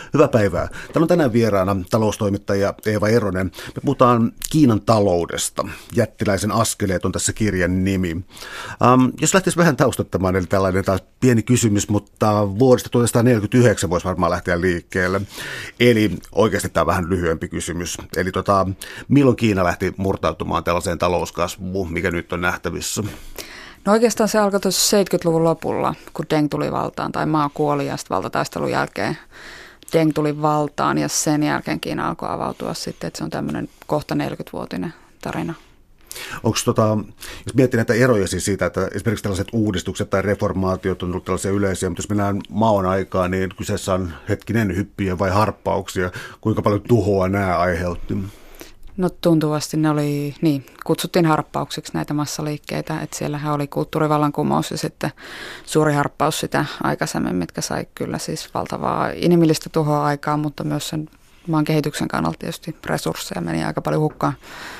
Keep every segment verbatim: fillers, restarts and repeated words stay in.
Hyvää päivää. Täällä on tänään vieraana taloustoimittaja Eeva Eronen. Me puhutaan Kiinan taloudesta. Jättiläisen askeleet on tässä kirjan nimi. Ähm, jos lähtisi vähän taustattamaan, eli tällainen taas pieni kysymys, mutta vuodesta tuhatyhdeksänsataaneljäkymmentäyhdeksän voisi varmaan lähteä liikkeelle. Eli oikeasti tämä on vähän lyhyempi kysymys. Eli tota, milloin Kiina lähti murtautumaan tällaiseen talouskasvuun, mikä nyt on nähtävissä? No oikeastaan se alkoi tuossa seitsemänkymmentäluvun lopulla, kun Deng tuli valtaan, tai maa kuoli ja sitten valtataistelun jälkeen Deng tuli valtaan ja sen jälkeen Kiina alkoi avautua sitten, että se on tämmöinen kohta neljäkymmenvuotinen tarina. Onko tota, jos miettii näitä eroja siis siitä, että esimerkiksi tällaiset uudistukset tai reformaatiot on tullut tällaisia yleisiä, mutta jos mennään maon aikaan, niin kyseessä on hetkinen hyppiä vai harppauksia, kuinka paljon tuhoa nämä aiheutti? No tuntuvasti ne oli, niin, kutsuttiin harppauksiksi näitä massaliikkeitä, että siellähän oli kulttuurivallankumous ja sitten suuri harppaus sitä aikaisemmin, mitkä sai kyllä siis valtavaa inhimillistä tuhoa aikaa, mutta myös sen maan kehityksen kannalta tietysti resursseja meni aika paljon hukkaan.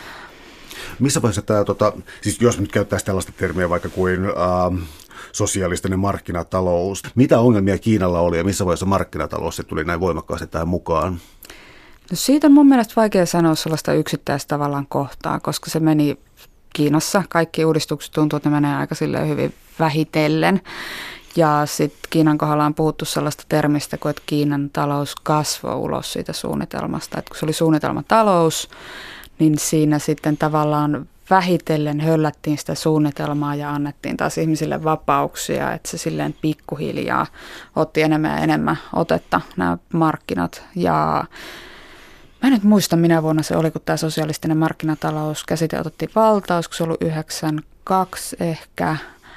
Missä vaiheessa tämä, tota, siis jos nyt käyttäisiin tällaista termiä vaikka kuin äh, sosiaalistinen markkinatalous, mitä ongelmia Kiinalla oli ja missä vaiheessa markkinatalous se tuli näin voimakkaasti tähän mukaan? No siitä on mun mielestä vaikea sanoa sellaista yksittäistä tavallaan kohtaa, koska se meni Kiinassa. Kaikki uudistukset tuntuu, että ne menee aika silleen hyvin vähitellen. Ja sitten Kiinan kohdalla on puhuttu sellaista termistä kuin, että Kiinan talous kasvoi ulos siitä suunnitelmasta. Että kun se oli suunnitelmatalous, niin siinä sitten tavallaan vähitellen höllättiin sitä suunnitelmaa ja annettiin taas ihmisille vapauksia, että se silleen pikkuhiljaa otti enemmän ja enemmän otetta nämä markkinat. Ja mä en nyt muista, minä vuonna se oli, kun tämä sosiaalistinen markkinatalous käsite otettiin valtaan, olisiko se ollut yhdeksänkymmentäkaksi ehkä,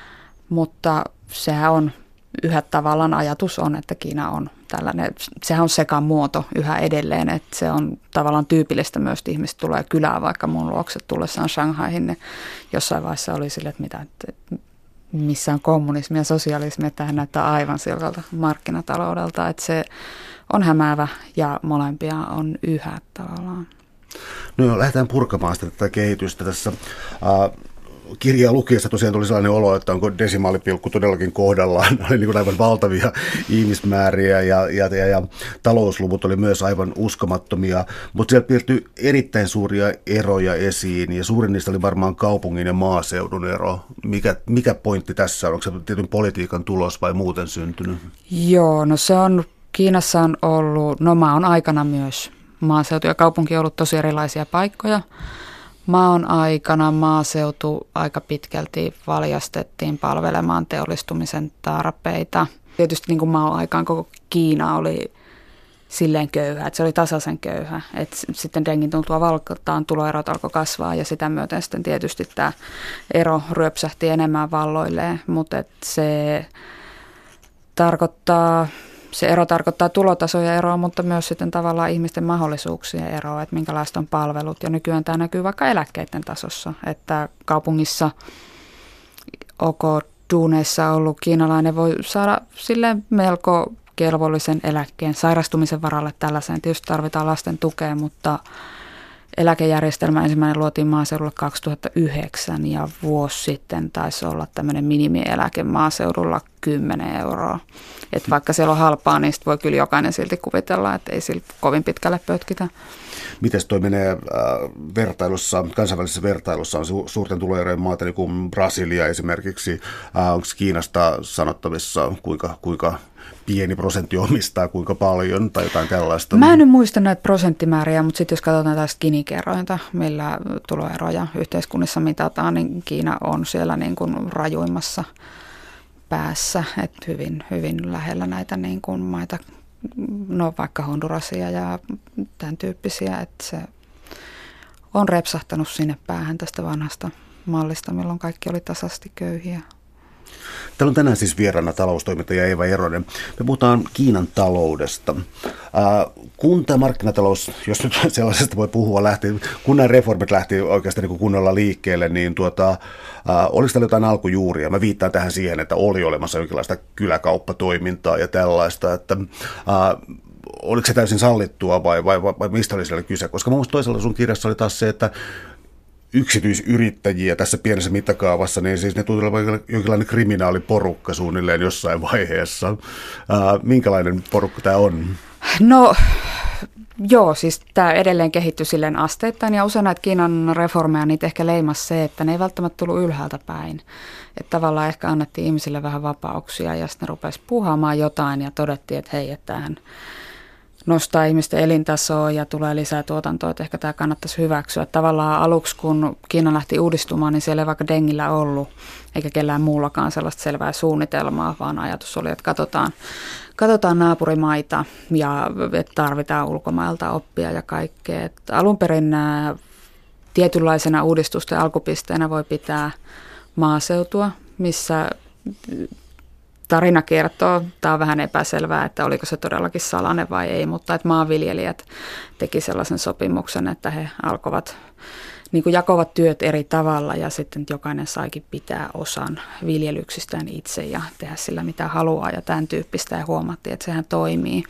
mutta sehän on yhä tavallaan ajatus on, että Kiina on tällainen, sehän on sekamuoto yhä edelleen, että se on tavallaan tyypillistä myös, että ihmiset tulee kylään vaikka mun luokse tullessaan Shanghaihin, niin jossain vaiheessa oli sille, että, mitä, että missä on kommunismi ja sosialismi, että tähän näyttää aivan siltä markkinataloudelta, että se on hämäävä ja molempia on yhä tavallaan. No lähdetään purkamaan sitä tätä kehitystä tässä. Uh, kirjaa lukiessa tosiaan tuli sellainen olo, että onko desimaalipilkku todellakin kohdallaan. Oli niin kuin aivan valtavia ihmismääriä ja, ja, ja, ja talousluvut oli myös aivan uskomattomia, mutta siellä piirtyi erittäin suuria eroja esiin ja suurin niistä oli varmaan kaupungin ja maaseudun ero. Mikä, mikä pointti tässä on? Onko se tietyn politiikan tulos vai muuten syntynyt? Joo, no se on, Kiinassa on ollut, no maa on aikana myös maaseutu ja kaupunki on ollut tosi erilaisia paikkoja. Maon aikana maaseutu aika pitkälti valjastettiin palvelemaan teollistumisen tarpeita. Tietysti niin kuin maon aikaan koko Kiina oli silleen köyhä, että se oli tasaisen köyhä. Et sitten Dengin tultua valtaan tuloerot alkoi kasvaa ja sitä myöten sitten tietysti tämä ero ryöpsähti enemmän valloilleen, mutta se tarkoittaa... Se ero tarkoittaa tulotasoja eroa, mutta myös sitten tavallaan ihmisten mahdollisuuksien eroa, että minkälaiset on palvelut. Ja nykyään tämä näkyy vaikka eläkkeiden tasossa, että kaupungissa OK-duuneissa ollut kiinalainen voi saada silleen melko kelvollisen eläkkeen sairastumisen varalle tällaiseen. Tietysti tarvitaan lasten tukea, mutta eläkejärjestelmä ensimmäinen luotiin maaseudulle kaksituhattayhdeksän ja vuosi sitten taisi olla tämmöinen minimieläke maaseudulla kymmenen euroa. Että vaikka siellä on halpaa, niin voi kyllä jokainen silti kuvitella, että ei sillä kovin pitkälle pötkitä. Miten toi menee äh, vertailussa, kansainvälisessä vertailussa on su- suurten tuloerojen maata, niin kuin Brasilia esimerkiksi. Äh, onko Kiinasta sanottavissa, kuinka, kuinka pieni prosentti omistaa, kuinka paljon tai jotain tällaista? Mä en nyt muista näitä prosenttimääriä, mutta sitten jos katsotaan tästä Gini-kerrointa, millä tuloeroja yhteiskunnissa mitataan, niin Kiina on siellä niin kuin rajuimmassa päässä, että hyvin, hyvin lähellä näitä niin kuin maita, no vaikka Hondurasia ja tämän tyyppisiä, että se on repsahtanut sinne päähän tästä vanhasta mallista, milloin kaikki oli tasaisesti köyhiä. Täällä on tänään siis vieraana taloustoimittaja Eeva Eronen. Me puhutaan Kiinan taloudesta. Äh, kun tämä markkinatalous, jos nyt sellaisesta voi puhua, lähti, kun nämä reformit lähti oikeastaan niin kunnolla liikkeelle, niin tuota, äh, oliko täällä jotain alkujuuria? Mä viittaan tähän siihen, että oli olemassa jonkinlaista kyläkauppatoimintaa ja tällaista, että äh, oliko se täysin sallittua vai, vai, vai, vai mistä oli siellä kyse? Koska mun mielestä toisella sun kirjassa oli taas se, että yksityisyrittäjiä tässä pienessä mittakaavassa, niin siis ne tuntuvat jonkinlainen kriminaaliporukka suunnilleen jossain vaiheessa. Ää, minkälainen porukka tämä on? No joo, siis tämä edelleen kehittyi silleen asteittain ja usein näitä Kiinan reformeja niitä ehkä leimasi se, että ne ei välttämättä tullut ylhäältä päin. Että tavallaan ehkä annettiin ihmisille vähän vapauksia ja sitten ne rupesi puhaamaan jotain ja todettiin, että hei, että tämähän nostaa ihmisten elintasoa ja tulee lisää tuotantoa, että ehkä tämä kannattaisi hyväksyä. Tavallaan aluksi, kun Kiina lähti uudistumaan, niin siellä ei vaikka Dengillä ollut, eikä kellään muullakaan sellaista selvää suunnitelmaa, vaan ajatus oli, että katsotaan, katsotaan naapurimaita ja että tarvitaan ulkomailta oppia ja kaikkea. Että alun perin nämä tietynlaisena uudistusten alkupisteenä voi pitää maaseutua, missä tarina kertoo, tämä on vähän epäselvää, että oliko se todellakin salainen vai ei, mutta että maanviljelijät teki sellaisen sopimuksen, että he alkoivat, niin kuin jakovat työt eri tavalla ja sitten jokainen saikin pitää osan viljelyksistään itse ja tehdä sillä mitä haluaa ja tämän tyyppistä ja huomattiin, että sehän toimii.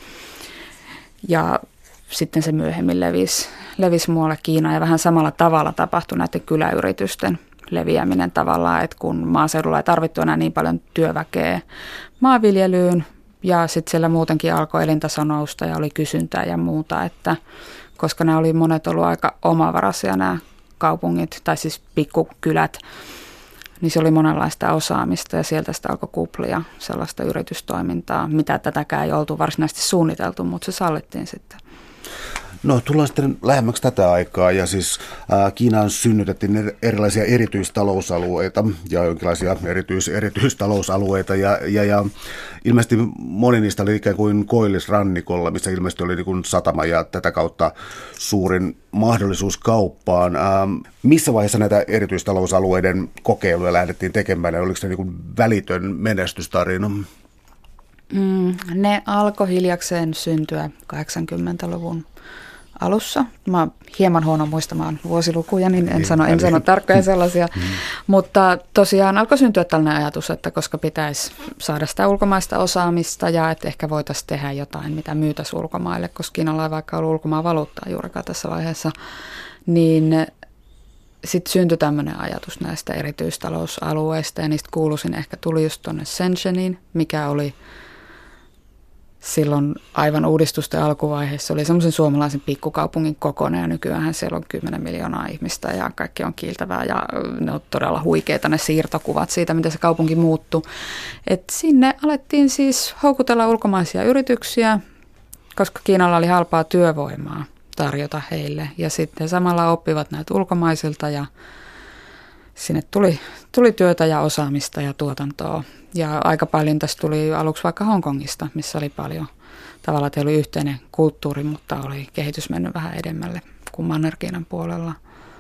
Ja sitten se myöhemmin levisi, levisi muualle Kiinaan ja vähän samalla tavalla tapahtui näiden kyläyritysten leviäminen tavallaan, että kun maaseudulla ei tarvittu enää niin paljon työväkeä maanviljelyyn ja sitten siellä muutenkin alkoi elintaso nousta ja oli kysyntää ja muuta, että koska nämä oli monet ollut aika omavaraisia nämä kaupungit tai siis pikkukylät, niin se oli monenlaista osaamista ja sieltä sitä alkoi kuplia sellaista yritystoimintaa, mitä tätäkään ei oltu varsinaisesti suunniteltu, mutta se sallittiin sitten. No tullaan sitten lähemmäksi tätä aikaa ja siis äh, Kiinaan synnytettiin erilaisia erityistalousalueita ja jonkinlaisia erityis, erityistalousalueita ja, ja, ja ilmeisesti moni niistä oli ikään kuin koillisrannikolla, missä ilmeisesti oli niin kuin satama ja tätä kautta suurin mahdollisuus kauppaan. Ähm, missä vaiheessa näitä erityistalousalueiden kokeiluja lähdettiin tekemään ja oliko se niin kuin välitön menestystarina? Mm, ne alkoi hiljakseen syntyä kahdeksankymmentäluvun alussa. Mä oon hieman huono muistamaan vuosilukuja, niin en sano, en sano tarkkoja sellaisia. Mm. Mutta tosiaan alkoi syntyä tällainen ajatus, että koska pitäisi saada sitä ulkomaista osaamista ja että ehkä voitaisiin tehdä jotain, mitä myytäisiin ulkomaille, koska Kiinalla ei vaikka ollut ulkomaan valuuttaa juurikaan tässä vaiheessa, niin sitten syntyi tämmöinen ajatus näistä erityistalousalueista ja niistä kuuluisin ehkä tuli just tuonne Shenzheniin, mikä oli silloin aivan uudistusten alkuvaiheessa oli semmoisen suomalaisen pikkukaupungin kokoinen ja nykyään siellä on kymmenen miljoonaa ihmistä ja kaikki on kiiltävää ja ne on todella huikeita ne siirtokuvat siitä, miten se kaupunki muuttui. Et sinne alettiin siis houkutella ulkomaisia yrityksiä, koska Kiinalla oli halpaa työvoimaa tarjota heille ja sitten samalla oppivat näitä ulkomaisilta ja sinne tuli, tuli työtä ja osaamista ja tuotantoa. Ja aika paljon tästä tuli aluksi vaikka Hongkongista, missä oli paljon. Tavallaan että oli yhteinen kulttuuri, mutta oli kehitys mennyt vähän edemmälle kuin Manner-Kiinan puolella.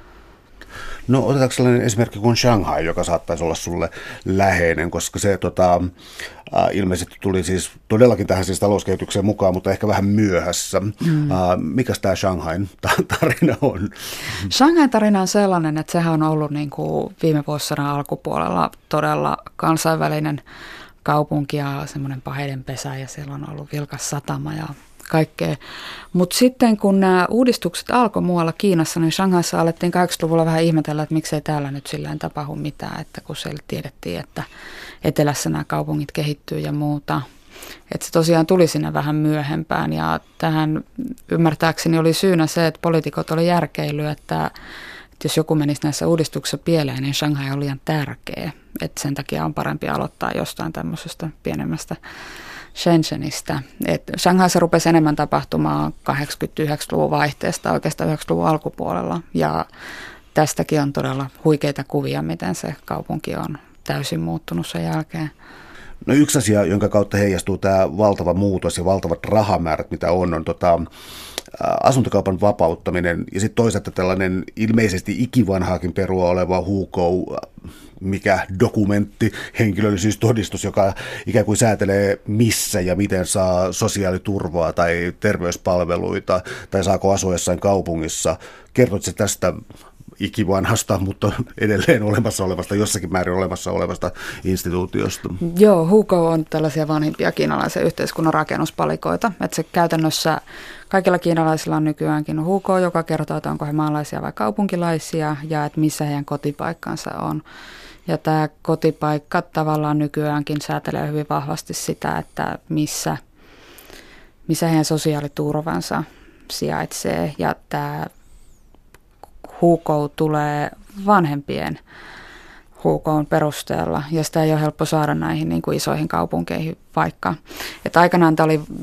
No otetaanko sellainen esimerkki kuin Shanghai, joka saattaisi olla sulle läheinen, koska se tota, äh, ilmeisesti tuli siis todellakin tähän siis talouskehitykseen mukaan, mutta ehkä vähän myöhässä. Mm. Äh, mikäs tämä Shanghain tarina on? Shanghain tarina on sellainen, että sehän on ollut niin kuin viime vuosisadan alkupuolella todella kansainvälinen kaupunki ja semmoinen paheiden pesä ja siellä on ollut vilkas satama ja kaikkea. Mutta sitten kun nämä uudistukset alkoi muualla Kiinassa, niin Shanghaissa alettiin kahdeksankymmentäluvulla vähän ihmetellä, että miksei täällä nyt silleen tapahdu mitään, että kun siellä tiedettiin, että etelässä nämä kaupungit kehittyy ja muuta. Että se tosiaan tuli sinne vähän myöhempään ja tähän ymmärtääkseni oli syynä se, että poliitikot oli järkeily, että, että jos joku menisi näissä uudistuksissa pieleen, niin Shanghai on liian tärkeä. Että sen takia on parempi aloittaa jostain tämmöisestä pienemmästä Shenzhenistä. Et Shanghaissa rupesi enemmän tapahtumaan kahdeksankymmentäyhdeksänkymmentäluvun vaihteesta oikeastaan yhdeksänkymmentäluvun alkupuolella ja tästäkin on todella huikeita kuvia, miten se kaupunki on täysin muuttunut sen jälkeen. No yksi asia, jonka kautta heijastuu tämä valtava muutos ja valtavat rahamäärät, mitä on, on tota, asuntokaupan vapauttaminen ja sitten toisaalta tällainen ilmeisesti ikivanhaakin perua oleva huukou, mikä dokumentti, henkilöllisyystodistus, joka ikään kuin säätelee missä ja miten saa sosiaaliturvaa tai terveyspalveluita tai saako asua jossain kaupungissa. Kertoitko tästä ikivanhasta, mutta edelleen olemassa olevasta, jossakin määrin olemassa olevasta instituutiosta. Joo, hukou on tällaisia vanhimpia kiinalaisen yhteiskunnan rakennuspalikoita. Että se käytännössä kaikilla kiinalaisilla on nykyäänkin hukou, joka kertoo, että onko he maalaisia vai kaupunkilaisia ja että missä heidän kotipaikkansa on. Ja tämä kotipaikka tavallaan nykyäänkin säätelee hyvin vahvasti sitä, että missä, missä heidän sosiaaliturvansa sijaitsee. Ja tämä hukou tulee vanhempien hukoon perusteella ja sitä ei ole helppo saada näihin niin kuin isoihin kaupunkeihin vaikka. Että aikanaan tämä oli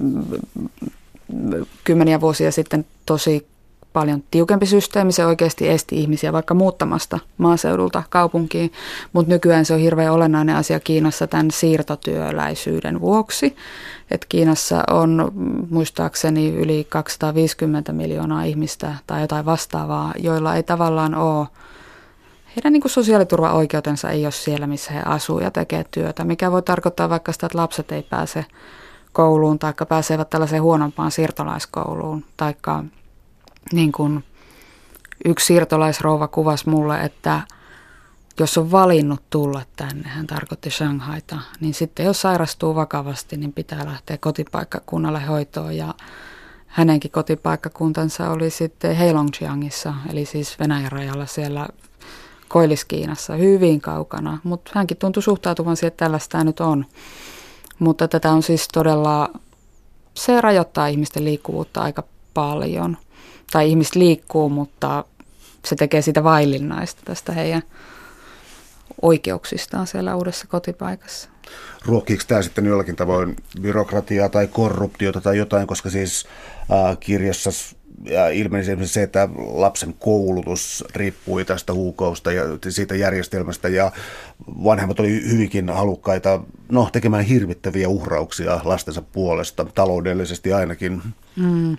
kymmeniä vuosia sitten tosi paljon tiukempi systeemi, se oikeasti esti ihmisiä vaikka muuttamasta maaseudulta kaupunkiin, mutta nykyään se on hirveän olennainen asia Kiinassa tämän siirtotyöläisyyden vuoksi. Et Kiinassa on muistaakseni yli kaksisataaviisikymmentä miljoonaa ihmistä tai jotain vastaavaa, joilla ei tavallaan ole, heidän niin kuin sosiaaliturvaoikeutensa ei ole siellä, missä he asuu ja tekee työtä, mikä voi tarkoittaa vaikka sitä, että lapset ei pääse kouluun tai pääsevät tällaiseen huonompaan siirtolaiskouluun taikka niin kuin yksi siirtolaisrouva kuvasi mulle, että jos on valinnut tulla tänne, hän tarkoitti Shanghaita, niin sitten jos sairastuu vakavasti, niin pitää lähteä kotipaikkakunnalle hoitoon. Ja hänenkin kotipaikkakuntansa oli sitten Heilongjiangissa, eli siis Venäjän rajalla siellä Koillis-Kiinassa, hyvin kaukana. Mutta hänkin tuntui suhtautuvan siihen, että tällaista nyt on. Mutta tätä on siis todella, se rajoittaa ihmisten liikkuvuutta aika paljon. Tai ihmiset liikkuu, mutta se tekee siitä vaillinnaista tästä heidän oikeuksistaan siellä uudessa kotipaikassa. Ruokkiiko tämä sitten jollakin tavoin byrokratiaa tai korruptiota tai jotain, koska siis äh, kirjassa ilmeni se, että lapsen koulutus riippui tästä huukousta ja siitä järjestelmästä ja vanhemmat oli hyvinkin halukkaita no, tekemään hirvittäviä uhrauksia lastensa puolesta, taloudellisesti ainakin. Mm.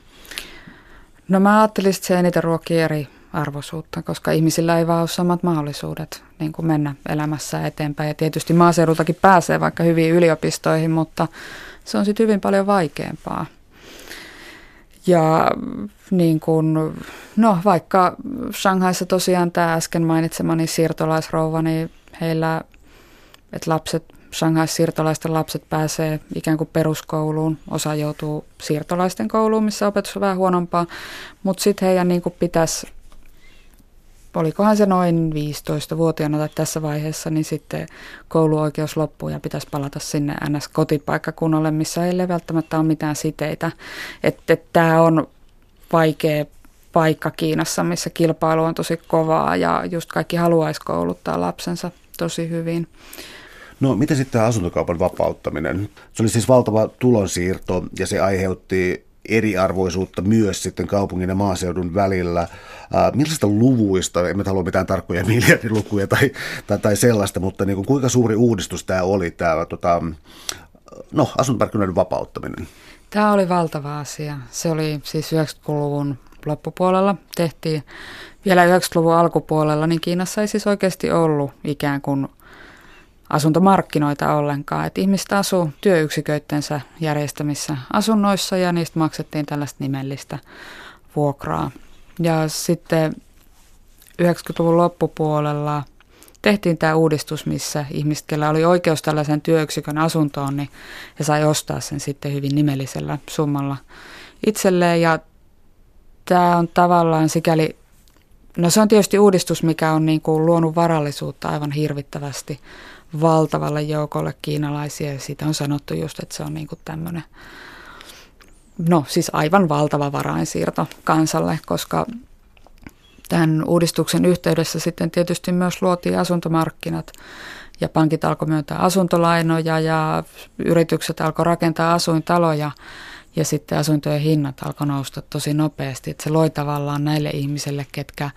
No mä ajattelin, että se eniten ruokkii eri arvoisuutta, koska ihmisillä ei vaan ole samat mahdollisuudet niin kuin mennä elämässä eteenpäin. Ja tietysti maaseudultakin pääsee vaikka hyviin yliopistoihin, mutta se on sitten hyvin paljon vaikeampaa. Ja niin kuin, no vaikka Shanghaissa tosiaan tämä äsken mainitsemani siirtolaisrouva, niin heillä, että lapset, Shanghaissa siirtolaisten lapset pääsee ikään kuin peruskouluun. Osa joutuu siirtolaisten kouluun, missä opetus on vähän huonompaa, mutta sitten heidän niin kuin pitäisi, olikohan se noin viisitoistavuotiaana tai tässä vaiheessa, niin sitten kouluoikeus loppuu ja pitäisi palata sinne N S-kotipaikkakunnalle, missä heillä ei välttämättä ole mitään siteitä. Että et tämä on vaikea paikka Kiinassa, missä kilpailu on tosi kovaa ja just kaikki haluaisi kouluttaa lapsensa tosi hyvin. No miten sitten tämä asuntokaupan vapauttaminen? Se oli siis valtava tulonsiirto ja se aiheutti eriarvoisuutta myös sitten kaupungin ja maaseudun välillä. Äh, millaisista luvuista, emme halua mitään tarkkoja miljardilukuja tai, tai, tai sellaista, mutta niin kuin, kuinka suuri uudistus tämä oli, tämä tota, no, asuntomarkkinoiden vapauttaminen? Tämä oli valtava asia. Se oli siis yhdeksänkymmentäluvun loppupuolella, tehtiin vielä yhdeksänkymmentäluvun alkupuolella, niin Kiinassa ei siis oikeasti ollut ikään kuin asuntomarkkinoita ollenkaan. Et ihmiset asuu työyksiköittensä järjestämissä asunnoissa ja niistä maksettiin tällaista nimellistä vuokraa. Ja sitten yhdeksänkymmentäluvun loppupuolella tehtiin tämä uudistus, missä ihmiset, kellä oli oikeus tällaisen työyksikön asuntoon, niin he sai ostaa sen sitten hyvin nimellisellä summalla itselleen. Ja tämä on tavallaan sikäli, no se on tietysti uudistus, mikä on niin kuin luonut varallisuutta aivan hirvittävästi valtavalle joukolle kiinalaisia, ja siitä on sanottu just, että se on niin kuin tämmöinen, no siis aivan valtava varainsiirto kansalle, koska tämän uudistuksen yhteydessä sitten tietysti myös luotiin asuntomarkkinat, ja pankit alkoi myöntää asuntolainoja, ja yritykset alkoi rakentaa asuintaloja, ja sitten asuntojen hinnat alkoi nousta tosi nopeasti, että se loi tavallaan näille ihmisille, ketkä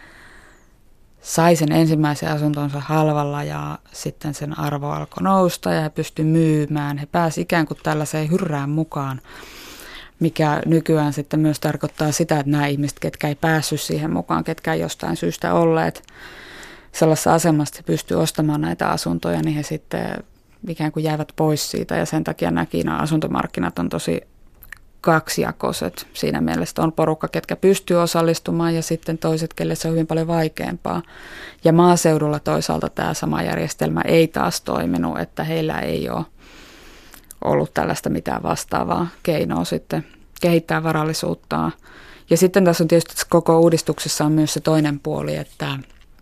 sai sen ensimmäisen asuntonsa halvalla ja sitten sen arvo alkoi nousta ja he pystyi myymään. He pääsi ikään kuin tällaiseen hyrrään mukaan, mikä nykyään sitten myös tarkoittaa sitä, että nämä ihmiset, ketkä ei päässyt siihen mukaan, ketkä ei jostain syystä olleet sellaisessa asemassa, että he pystyivät ostamaan näitä asuntoja, niin he sitten ikään kuin jäivät pois siitä ja sen takia nämä Kiinan asuntomarkkinat on tosi kaksijakoiset. Siinä mielessä on porukka, ketkä pystyy osallistumaan ja sitten toiset, kelle se on hyvin paljon vaikeampaa. Ja maaseudulla toisaalta tämä sama järjestelmä ei taas toiminut, että heillä ei ole ollut tällaista mitään vastaavaa keinoa sitten kehittää varallisuuttaan. Ja sitten tässä on tietysti koko uudistuksessa on myös se toinen puoli, että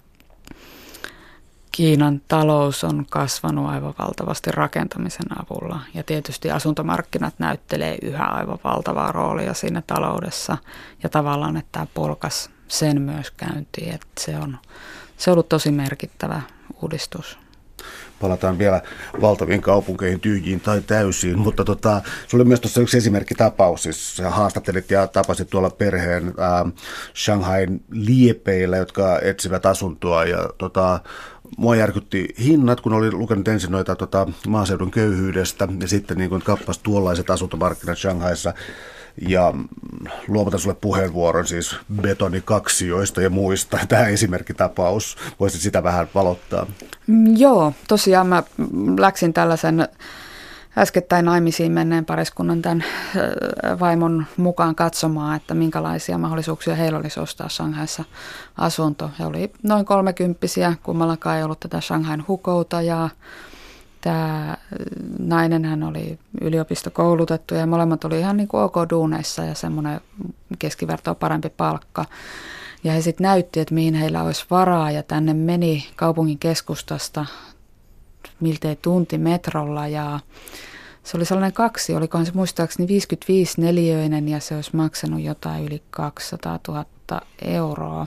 Kiinan talous on kasvanut aivan valtavasti rakentamisen avulla ja tietysti asuntomarkkinat näyttelee yhä aivan valtavaa roolia siinä taloudessa ja tavallaan, että tämä polkas sen myös käyntiin, että se on, se on ollut tosi merkittävä uudistus. Palataan vielä valtaviin kaupunkeihin, tyhjiin tai täysiin, mutta tota, sulla oli myös tuossa yksi esimerkkitapaus, siis sä haastattelit ja tapasit tuolla perheen äh, Shanghain liepeillä, jotka etsivät asuntoa ja tota, mua järkytti hinnat, kun olin lukenut ensin noita tota, maaseudun köyhyydestä ja sitten niin kuin kappas tuollaiset asuntomarkkinat Shanghaissa. Ja luovutan sulle puheenvuoron siis betonikaksioista ja muista. Tämä esimerkkitapaus, voisit sitä vähän valottaa? Joo, tosiaan mä läksin tällaisen äskettäin naimisiin menneen pariskunnan tämän vaimon mukaan katsomaan, että minkälaisia mahdollisuuksia heillä olisi ostaa Shanghaissa asunto. He oli noin kolmekymppisiä, kummallakaan ei ollut tätä Shanghain hukouta ja tämä nainen hän oli yliopistokoulutettu ja molemmat oli ihan niin kuin ok duuneissa ja semmoinen keskivertoa parempi palkka. Ja he sitten näytti, että mihin heillä olisi varaa ja tänne meni kaupungin keskustasta miltei tunti metrolla ja se oli sellainen kaksi, olikohan se muistaakseni viisikymmentäviisi neliöinen ja se olisi maksanut jotain yli kaksisataatuhatta euroa.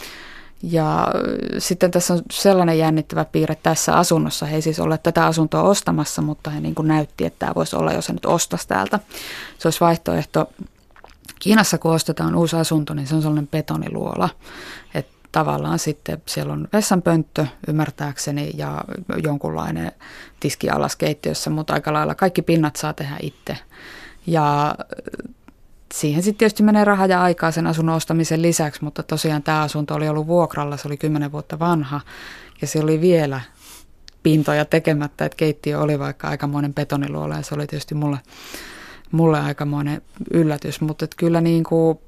Ja sitten tässä on sellainen jännittävä piirre tässä asunnossa. He ei siis ole tätä asuntoa ostamassa, mutta he niin kuin näytti, että tämä voisi olla, jos se nyt ostaisi täältä. Se olisi vaihtoehto. Kiinassa kun ostetaan uusi asunto, niin se on sellainen betoniluola. Että tavallaan sitten siellä on vessanpönttö ymmärtääkseni ja jonkunlainen tiski alas keittiössä, mutta aika lailla kaikki pinnat saa tehdä itse. Ja siihen sitten tietysti menee rahaa ja aikaa sen asunnon ostamisen lisäksi, mutta tosiaan tämä asunto oli ollut vuokralla, se oli kymmenen vuotta vanha ja se oli vielä pintoja tekemättä, että keittiö oli vaikka aikamoinen betoniluola ja se oli tietysti mulle, mulle aikamoinen yllätys, mutta kyllä niin kuin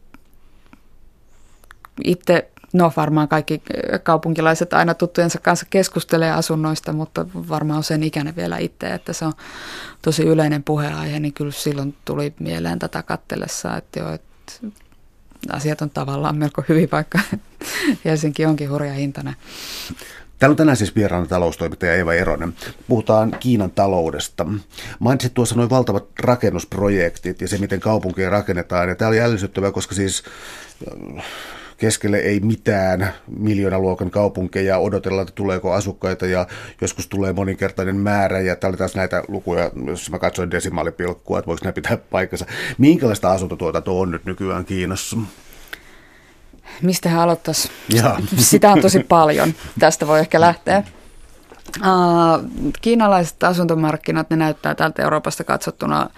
itse, no varmaan kaikki kaupunkilaiset aina tuttujensa kanssa keskustelee asunnoista, mutta varmaan on sen ikäinen vielä itse, että se on tosi yleinen puheenaihe, niin kyllä silloin tuli mieleen tätä katsellessa, että joo, että asiat on tavallaan melko hyvin, vaikka Helsinki onkin hurja hintainen. Täällä on tänään siis vieraana taloustoimittaja Eeva Eronen. Puhutaan Kiinan taloudesta. Mainitsit tuossa nuo valtavat rakennusprojektit ja se, miten kaupunkia rakennetaan. Ja tämä oli ällistyttävää, koska siis keskelle ei mitään miljoonaluokan kaupunkeja, odotellaan, että tuleeko asukkaita ja joskus tulee moninkertainen määrä. Ja täällä oli taas näitä lukuja, jos mä katsoin desimaalipilkkua, että voiko nämä pitää paikkansa. Minkälaista asuntotuotantoa on nyt nykyään Kiinassa? Mistä hän aloittaisi? Sitä on tosi paljon. Tästä voi ehkä lähteä. Uh, kiinalaiset asuntomarkkinat, ne näyttää täältä Euroopasta katsottuna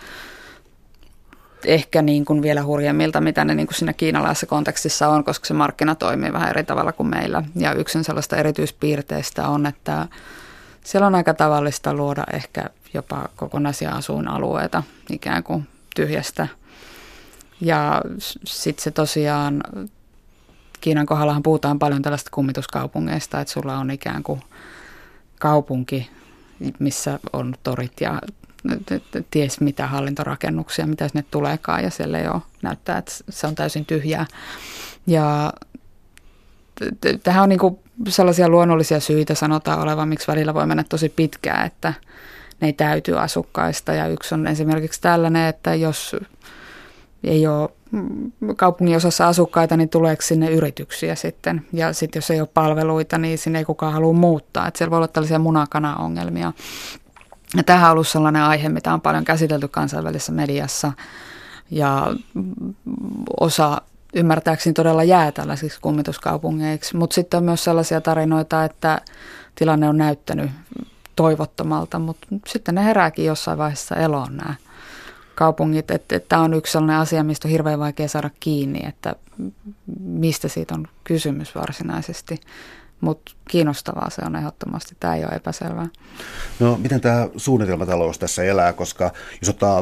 ehkä niin kuin vielä hurjemmilta, mitä ne niin kuin siinä kiinalaisessa kontekstissa on, koska se markkina toimii vähän eri tavalla kuin meillä. Ja yksi sellaista erityispiirteistä on, että siellä on aika tavallista luoda ehkä jopa kokonaisia asuinalueita ikään kuin tyhjästä. Ja sitten se tosiaan Kiinan kohdallahan puhutaan paljon tällaista kummituskaupungeista, että sulla on ikään kuin kaupunki, missä on torit ja ties mitä hallintorakennuksia, mitä sinne tuleekaan ja siellä ei ole, näyttää, että se on täysin tyhjää. Ja tähän on niin kuin sellaisia luonnollisia syitä sanotaan olevan, miksi välillä voi mennä tosi pitkään, että ne ei täyty asukkaista. Ja yksi on esimerkiksi tällainen, että jos ei ole kaupungin osassa asukkaita, niin tuleeko sinne yrityksiä sitten. Ja sitten jos ei ole palveluita, niin sinne ei kukaan halua muuttaa. Että siellä voi olla tällaisia munakana-ongelmia. Ja tämähän on ollut sellainen aihe, mitä on paljon käsitelty kansainvälisessä mediassa. Ja osa ymmärtääkseni todella jää tällaisiksi kummituskaupungeiksi. Mutta sitten on myös sellaisia tarinoita, että tilanne on näyttänyt toivottomalta, mutta sitten ne herääkin jossain vaiheessa eloon nämä kaupungit. Että et tämä on yksi sellainen asia, mistä on hirveän vaikea saada kiinni, että mistä siitä on kysymys varsinaisesti. Mutta kiinnostavaa se on ehdottomasti, tämä ei ole epäselvää. No miten tämä suunnitelmatalous tässä elää, koska jos ottaa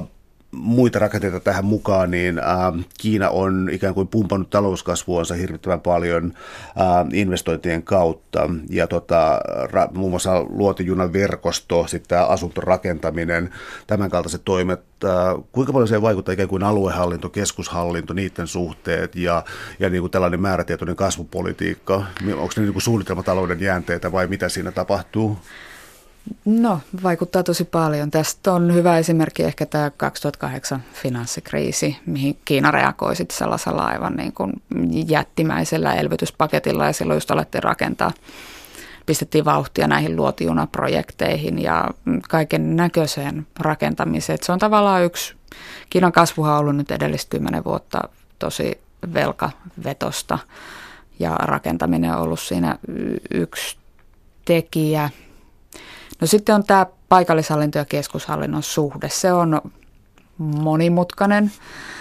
muita rakenteita tähän mukaan, niin ä, Kiina on ikään kuin pumpannut talouskasvuansa hirvittävän paljon ä, investointien kautta. Ja tota, ra, muun muassa luotijunan verkosto, sitten tämä asuntorakentaminen, tämän kaltaiset toimet. Ä, kuinka paljon se vaikuttaa ikään kuin aluehallinto, keskushallinto, niiden suhteet ja, ja niin kuin tällainen määrätietoinen kasvupolitiikka? Onko ne niin kuin suunnitelmatalouden jäänteitä vai mitä siinä tapahtuu? No, vaikuttaa tosi paljon. Tästä on hyvä esimerkki ehkä tämä kaksituhattakahdeksan finanssikriisi, mihin Kiina reagoi sitten sellaisella aivan niin kuin jättimäisellä elvytyspaketilla ja silloin just alettiin rakentaa. Pistettiin vauhtia näihin luotijunaprojekteihin ja kaiken näköiseen rakentamiseen. Se on tavallaan yksi, Kiinan kasvuhan on ollut nyt edellistä kymmenen vuotta tosi velkavetosta ja rakentaminen on ollut siinä yksi tekijä. No sitten on tämä paikallishallinto ja keskushallinnon suhde. Se on monimutkainen,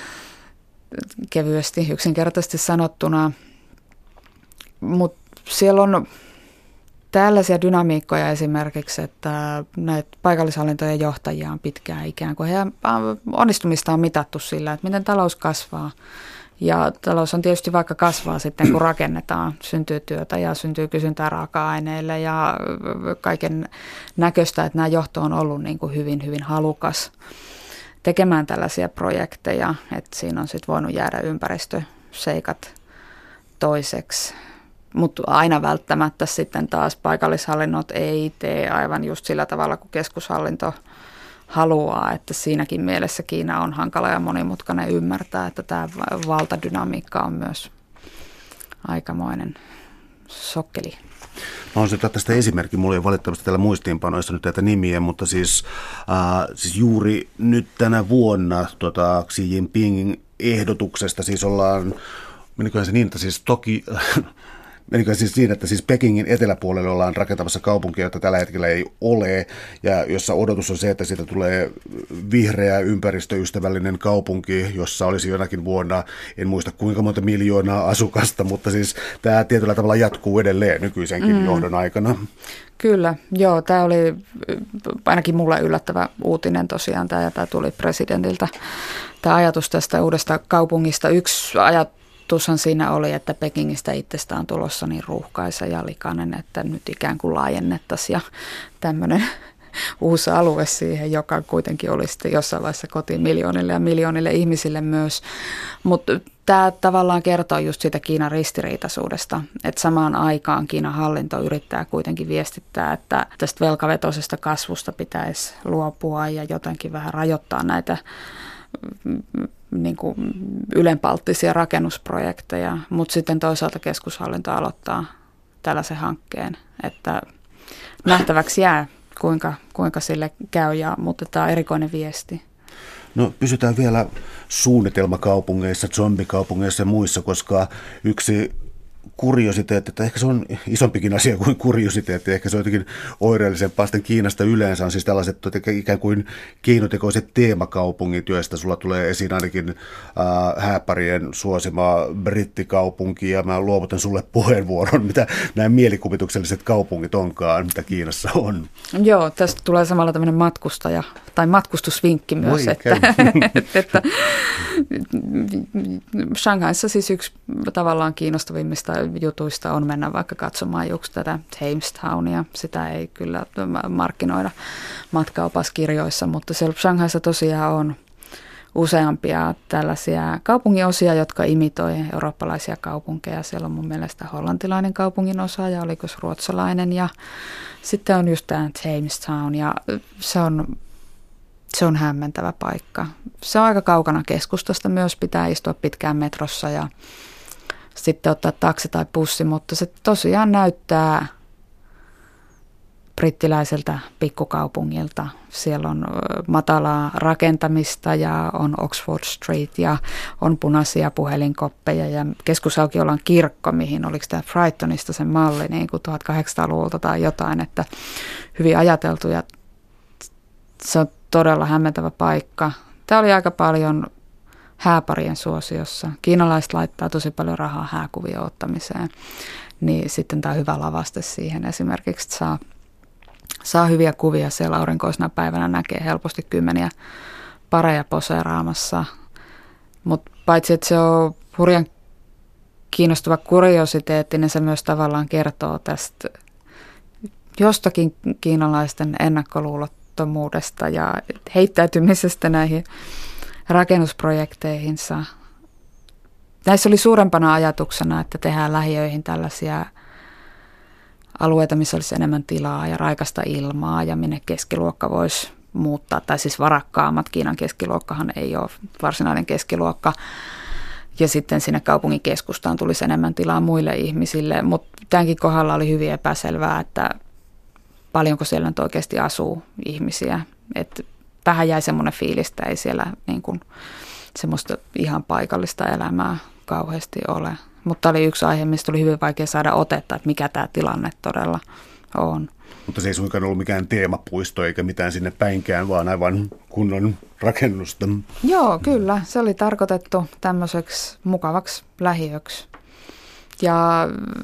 kevyesti, yksinkertaisesti sanottuna, mutta siellä on tällaisia dynamiikkoja esimerkiksi, että näitä paikallishallintojen johtajia on pitkään ikään kuin. Heidän onnistumista on mitattu sillä, että miten talous kasvaa. Ja talous on tietysti vaikka kasvaa sitten, kun rakennetaan, syntyy työtä ja syntyy kysyntää raaka-aineille ja kaiken näköistä, että nämä johto on ollut niin kuin hyvin, hyvin halukas tekemään tällaisia projekteja, että siinä on sitten voinut jäädä ympäristöseikat toiseksi. Mutta aina välttämättä sitten taas paikallishallinnot ei tee aivan just sillä tavalla, kuin keskushallinto haluaa, että siinäkin mielessä Kiina on hankala ja monimutkainen ymmärtää, että tämä valtadynamiikka on myös aikamoinen sokkeli. Mä haluaisin ottaa tästä esimerkki. Mulla ei valitettavasti täällä muistiinpanoissa nyt näitä nimiä, mutta siis, äh, siis juuri nyt tänä vuonna tota, Xi Jinpingin ehdotuksesta siis ollaan, meniköhän se niin, että siis toki... Menikö siis siinä, että siis Pekingin eteläpuolelle ollaan rakentamassa kaupunkia, jota tällä hetkellä ei ole, ja jossa odotus on se, että siitä tulee vihreä, ympäristöystävällinen kaupunki, jossa olisi jonakin vuonna, en muista kuinka monta miljoonaa asukasta, mutta siis tämä tietyllä tavalla jatkuu edelleen nykyisenkin mm. johdon aikana. Kyllä, joo, tämä oli ainakin mulle yllättävä uutinen tosiaan, tämä, ja tämä tuli presidentiltä, tämä ajatus tästä uudesta kaupungista. Yksi ajatus Tushan siinä oli, että Pekingistä itsestään on tulossa niin ruuhkaisa ja likainen, että nyt ikään kuin laajennettaisiin ja tämmöinen uusi alue siihen, joka kuitenkin oli sitten jossain vaiheessa kotiin miljoonille ja miljoonille ihmisille myös. Mutta tämä tavallaan kertoo just siitä Kiinan ristiriitaisuudesta, että samaan aikaan Kiinan hallinto yrittää kuitenkin viestittää, että tästä velkavetoisesta kasvusta pitäisi luopua ja jotenkin vähän rajoittaa näitä niin kuin ylenpalttisia rakennusprojekteja, mutta sitten toisaalta keskushallinto aloittaa tällaisen hankkeen, että nähtäväksi jää, kuinka, kuinka sille käy, ja, mutta tämä on erikoinen viesti. No pysytään vielä suunnitelmakaupungeissa, zombikaupungeissa ja muissa, koska yksi kuriositeetti, että ehkä se on isompikin asia kuin kuriositeetti, ehkä se on jotenkin oireellisempaa sitten Kiinasta yleensä, on siis tällaiset ikään kuin keinotekoiset teemakaupungit, joista sulla tulee esiin ainakin äh, hääpärien suosimaa brittikaupunki, ja mä luovutan sulle puheenvuoron, mitä nämä mielikuvitukselliset kaupungit onkaan, mitä Kiinassa on. Joo, tästä tulee samalla tämmöinen matkustaja, tai matkustusvinkki myös, Voi, että, että, että Shanghaissa siis yksi tavallaan kiinnostavimmista jutuista on mennä vaikka katsomaan just tätä Thamestownia. Sitä ei kyllä markkinoida matkaopaskirjoissa, mutta siellä Shanghaissa tosiaan on useampia tällaisia kaupunginosia, jotka imitoi eurooppalaisia kaupunkeja. Siellä on mun mielestä hollantilainen kaupungin osa ja oliko ruotsalainen, ja sitten on just tämä Thamestown, ja se on Se on hämmentävä paikka. Se on aika kaukana keskustasta myös, pitää istua pitkään metrossa ja sitten ottaa taksi tai bussi, mutta se tosiaan näyttää brittiläiseltä pikkukaupungilta. Siellä on matalaa rakentamista ja on Oxford Street ja on punaisia puhelinkoppeja ja keskusaukiolla on kirkko, mihin oliko tämä Brightonista se malli niin kuin tuhatkahdeksansataaluvulta tai jotain, että hyvin ajateltu, ja se on todella hämmentävä paikka. Tämä oli aika paljon hääparien suosiossa. Kiinalaiset laittaa tosi paljon rahaa hääkuvien ottamiseen, niin sitten tämä on hyvä lavaste siihen esimerkiksi, että saa, saa hyviä kuvia siellä aurinkoisena päivänä, näkee helposti kymmeniä pareja poseeraamassa, mutta paitsi että se on hurjan kiinnostava kuriositeetti, niin se myös tavallaan kertoo tästä jostakin kiinalaisten ennakkoluulottomuudesta ja heittäytymisestä näihin rakennusprojekteihinsa. Näissä oli suurempana ajatuksena, että tehdään lähiöihin tällaisia alueita, missä olisi enemmän tilaa ja raikasta ilmaa ja minne keskiluokka voisi muuttaa. Tai siis varakkaammat, Kiinan keskiluokkahan ei ole varsinainen keskiluokka. Ja sitten sinne kaupungin keskustaan tulisi enemmän tilaa muille ihmisille. Mutta tämänkin kohdalla oli hyvin epäselvää, että paljonko siellä nyt oikeasti asuu ihmisiä. Että vähän jäi semmoinen fiilis, että ei siellä niin kuin semmoista ihan paikallista elämää kauheasti ole. Mutta oli yksi aihe, mistä oli hyvin vaikea saada otetta, että mikä tämä tilanne todella on. Mutta se ei suinkaan ollut mikään teemapuisto eikä mitään sinne päinkään, vaan aivan kunnon rakennusta. Joo, kyllä. Se oli tarkoitettu tämmöiseksi mukavaksi lähiöksi. Ja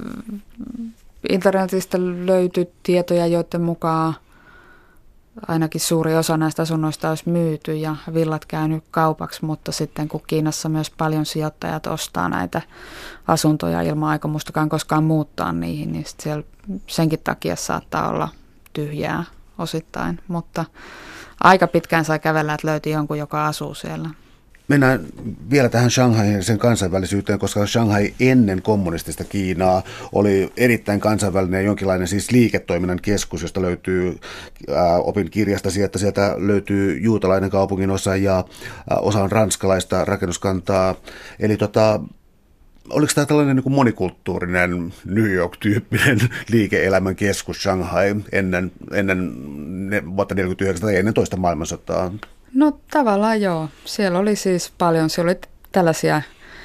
internetistä löytyi tietoja, joiden mukaan ainakin suuri osa näistä asunnoista olisi myyty ja villat käynyt kaupaksi, mutta sitten kun Kiinassa myös paljon sijoittajat ostaa näitä asuntoja ilman aikomustakaan koskaan muuttaa niihin, niin siellä senkin takia saattaa olla tyhjää osittain, mutta aika pitkään sai kävellä, että löytyi jonkun, joka asuu siellä. Mennään vielä tähän Shanghaiin ja sen kansainvälisyyteen, koska Shanghai ennen kommunistista Kiinaa oli erittäin kansainvälinen ja jonkinlainen siis liiketoiminnan keskus, josta löytyy, ää, opin kirjastasi, että sieltä löytyy juutalainen kaupunginosa ja ää, osa on ranskalaista rakennuskantaa. Eli tota, oliko tämä tällainen niin kuin monikulttuurinen New York-tyyppinen liike-elämän keskus Shanghai ennen, ennen vuotta tuhatyhdeksänsataaneljäkymmentäyhdeksän tai ennen toista maailmansotaa? No tavallaan joo. Siellä oli siis paljon, siellä oli tällaisia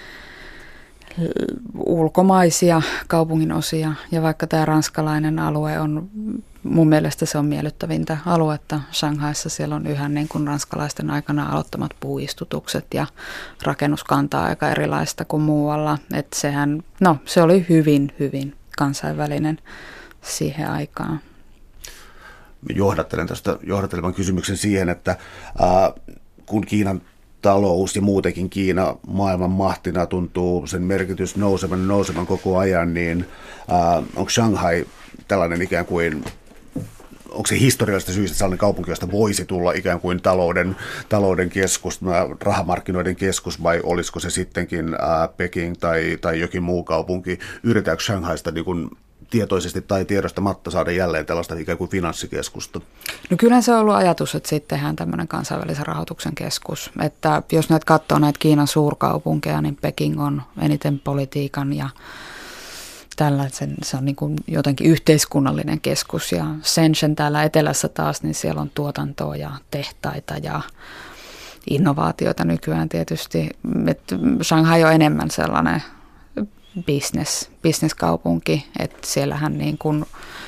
ulkomaisia kaupunginosia ja vaikka tämä ranskalainen alue on, mun mielestä se on miellyttävintä aluetta Shanghaissa, siellä on yhä niin kuin ranskalaisten aikana aloittamat puuistutukset ja rakennuskantaa aika erilaista kuin muualla, että sehän, no se oli hyvin, hyvin kansainvälinen siihen aikaan. Johdattelen tästä johdattelevan kysymyksen siihen, että ää, kun Kiinan talous ja muutenkin Kiina maailman mahtina tuntuu sen merkitys nousevan nousevan koko ajan, niin ää, onko Shanghai tällainen ikään kuin, onko se historiallisesta syystä sellainen kaupunki, josta voisi tulla ikään kuin talouden, talouden keskus, rahamarkkinoiden keskus, vai olisiko se sittenkin ää, Peking tai, tai jokin muu kaupunki? Yritetäänkö Shanghaista niin kuin tietoisesti tai tiedostamatta saada jälleen tällaista ikään kuin finanssikeskusta? No kyllä se on ollut ajatus, että sitten tehdään tämmöinen kansainvälisen rahoituksen keskus. Että jos näitä katsoo näitä Kiinan suurkaupunkeja, niin Peking on eniten politiikan ja tällä, se, se on niin kuin jotenkin yhteiskunnallinen keskus. Ja Shenzhen täällä etelässä taas, niin siellä on tuotantoa ja tehtaita ja innovaatioita nykyään tietysti. Et Shanghai on enemmän sellainen business, business-kaupunki, että siellähän niin kuin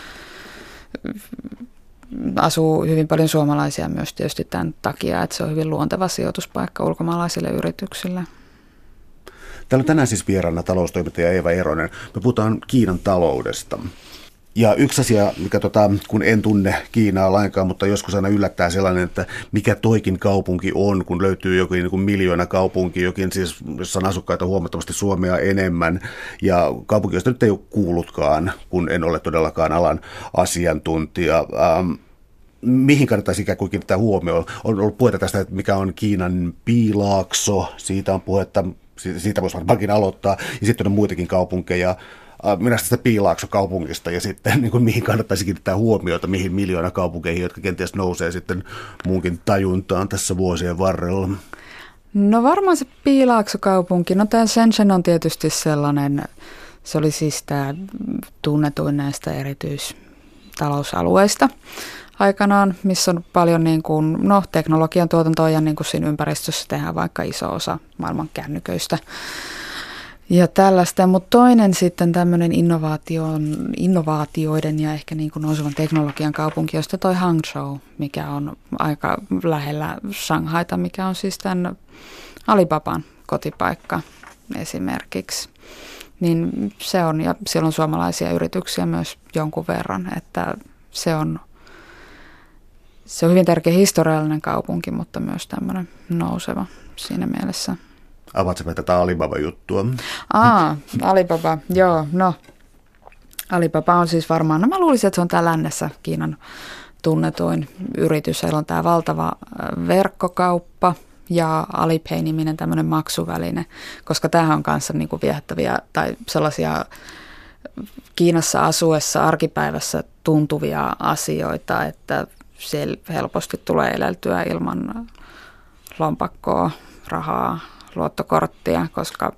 asuu hyvin paljon suomalaisia myös tietysti tämän takia, että se on hyvin luonteva sijoituspaikka ulkomaalaisille yrityksille. Täällä on tänään siis vieraana taloustoimittaja Eeva Eronen. Me puhutaan Kiinan taloudesta. Ja yksi asia, mikä tota, kun en tunne Kiinaa lainkaan, mutta joskus aina yllättää sellainen, että mikä toikin kaupunki on, kun löytyy jokin niin kuin miljoona kaupunki, jokin siis, jossa on asukkaita huomattavasti Suomea enemmän, ja kaupunki, josta nyt ei ole kuullutkaan, kun en ole todellakaan alan asiantuntija. Ähm, mihin kannattaisi ikään kuin kiinnittää huomioon? On ollut puhetta tästä, että mikä on Kiinan piilaakso, siitä on puhetta, siitä voisi varmaankin aloittaa, ja sitten on muitakin kaupunkeja. Minä tästä Piilaakso-kaupungista ja sitten niin kuin, mihin kannattaisi kiinnittää huomiota, mihin miljoona kaupunkeihin, jotka kenties nousee sitten muunkin tajuntaan tässä vuosien varrella. No varmaan se Piilaakso-kaupunki, no tämä Shenzhen on tietysti sellainen, se oli siis tämä tunnetuin näistä erityistalousalueista aikanaan, missä on paljon niin kuin, no, teknologian tuotantoa ja niin kuin siinä ympäristössä tehdään vaikka iso osa maailman kännyköistä. Ja tällaista, mutta toinen sitten tämmöinen innovaation, innovaatioiden ja ehkä niin kuin nousevan teknologian kaupunki, josta toi Hangzhou, mikä on aika lähellä Shanghaita, mikä on siis tämän Alibaban kotipaikka esimerkiksi. Niin se on, ja siellä on suomalaisia yrityksiä myös jonkun verran, että se on se on hyvin tärkeä historiallinen kaupunki, mutta myös tämmöinen nouseva siinä mielessä. Avaatko tätä Alibaba-juttua? Aa, Alibaba, joo, no Alibaba on siis varmaan, no mä luulisin, että se on tää lännessä Kiinan tunnetuin yritys. Siellä on tämä valtava verkkokauppa ja Alipay-niminen tämmöinen maksuväline, koska tämähän on kanssa niinku viehättäviä tai sellaisia Kiinassa asuessa arkipäivässä tuntuvia asioita, että siellä helposti tulee eleltyä ilman lompakkoa, rahaa, luottokorttia, koska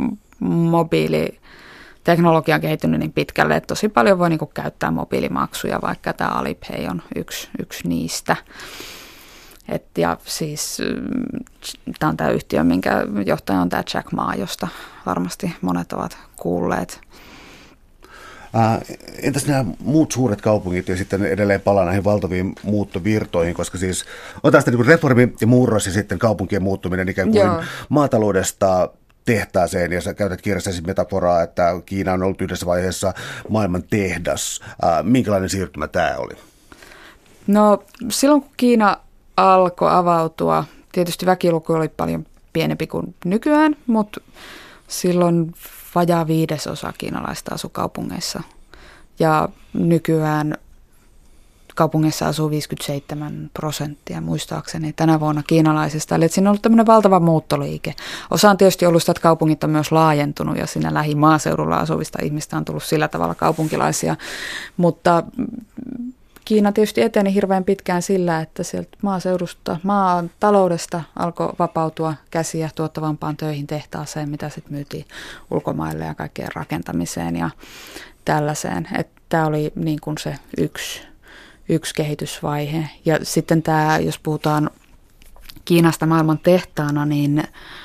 mobiiliteknologia on kehittynyt niin pitkälle, että tosi paljon voi niinku käyttää mobiilimaksuja, vaikka tämä Alipay on yksi, yksi niistä. Et ja siis tämä on tämä yhtiö, minkä johtaja on tämä Jack Ma, josta varmasti monet ovat kuulleet. Äh, entäs nämä muut suuret kaupungit ja sitten edelleen palaa näihin valtaviin muuttovirtoihin, koska siis otetaan sitten niin reformi ja murros ja sitten kaupunkien muuttuminen ikään kuin Joo. maataloudesta tehtaaseen, ja sä käytät kirjassasi metaforaa, että Kiina on ollut yhdessä vaiheessa maailman tehdas. Äh, minkälainen siirtymä tämä oli? No silloin kun Kiina alkoi avautua, tietysti väkiluku oli paljon pienempi kuin nykyään, mutta silloin vajaa viidesosa kiinalaista asui kaupungeissa ja nykyään kaupungeissa asuu viisikymmentäseitsemän prosenttia muistaakseni tänä vuonna kiinalaisista. Eli siinä on ollut tämmöinen valtava muuttoliike. Osa on tietysti ollut sitä, että kaupungit on myös laajentunut ja siinä lähimaaseudulla asuvista ihmistä on tullut sillä tavalla kaupunkilaisia, mutta Kiina tietysti eteni hirveän pitkään sillä, että sieltä maaseudusta, maan taloudesta alkoi vapautua käsiä tuottavampaan töihin tehtaaseen, mitä sitten myytiin ulkomaille ja kaikkeen rakentamiseen ja tällaiseen. Että tämä oli niin kuin se yksi, yksi kehitysvaihe. Ja sitten tämä, jos puhutaan Kiinasta maailman tehtaana, niin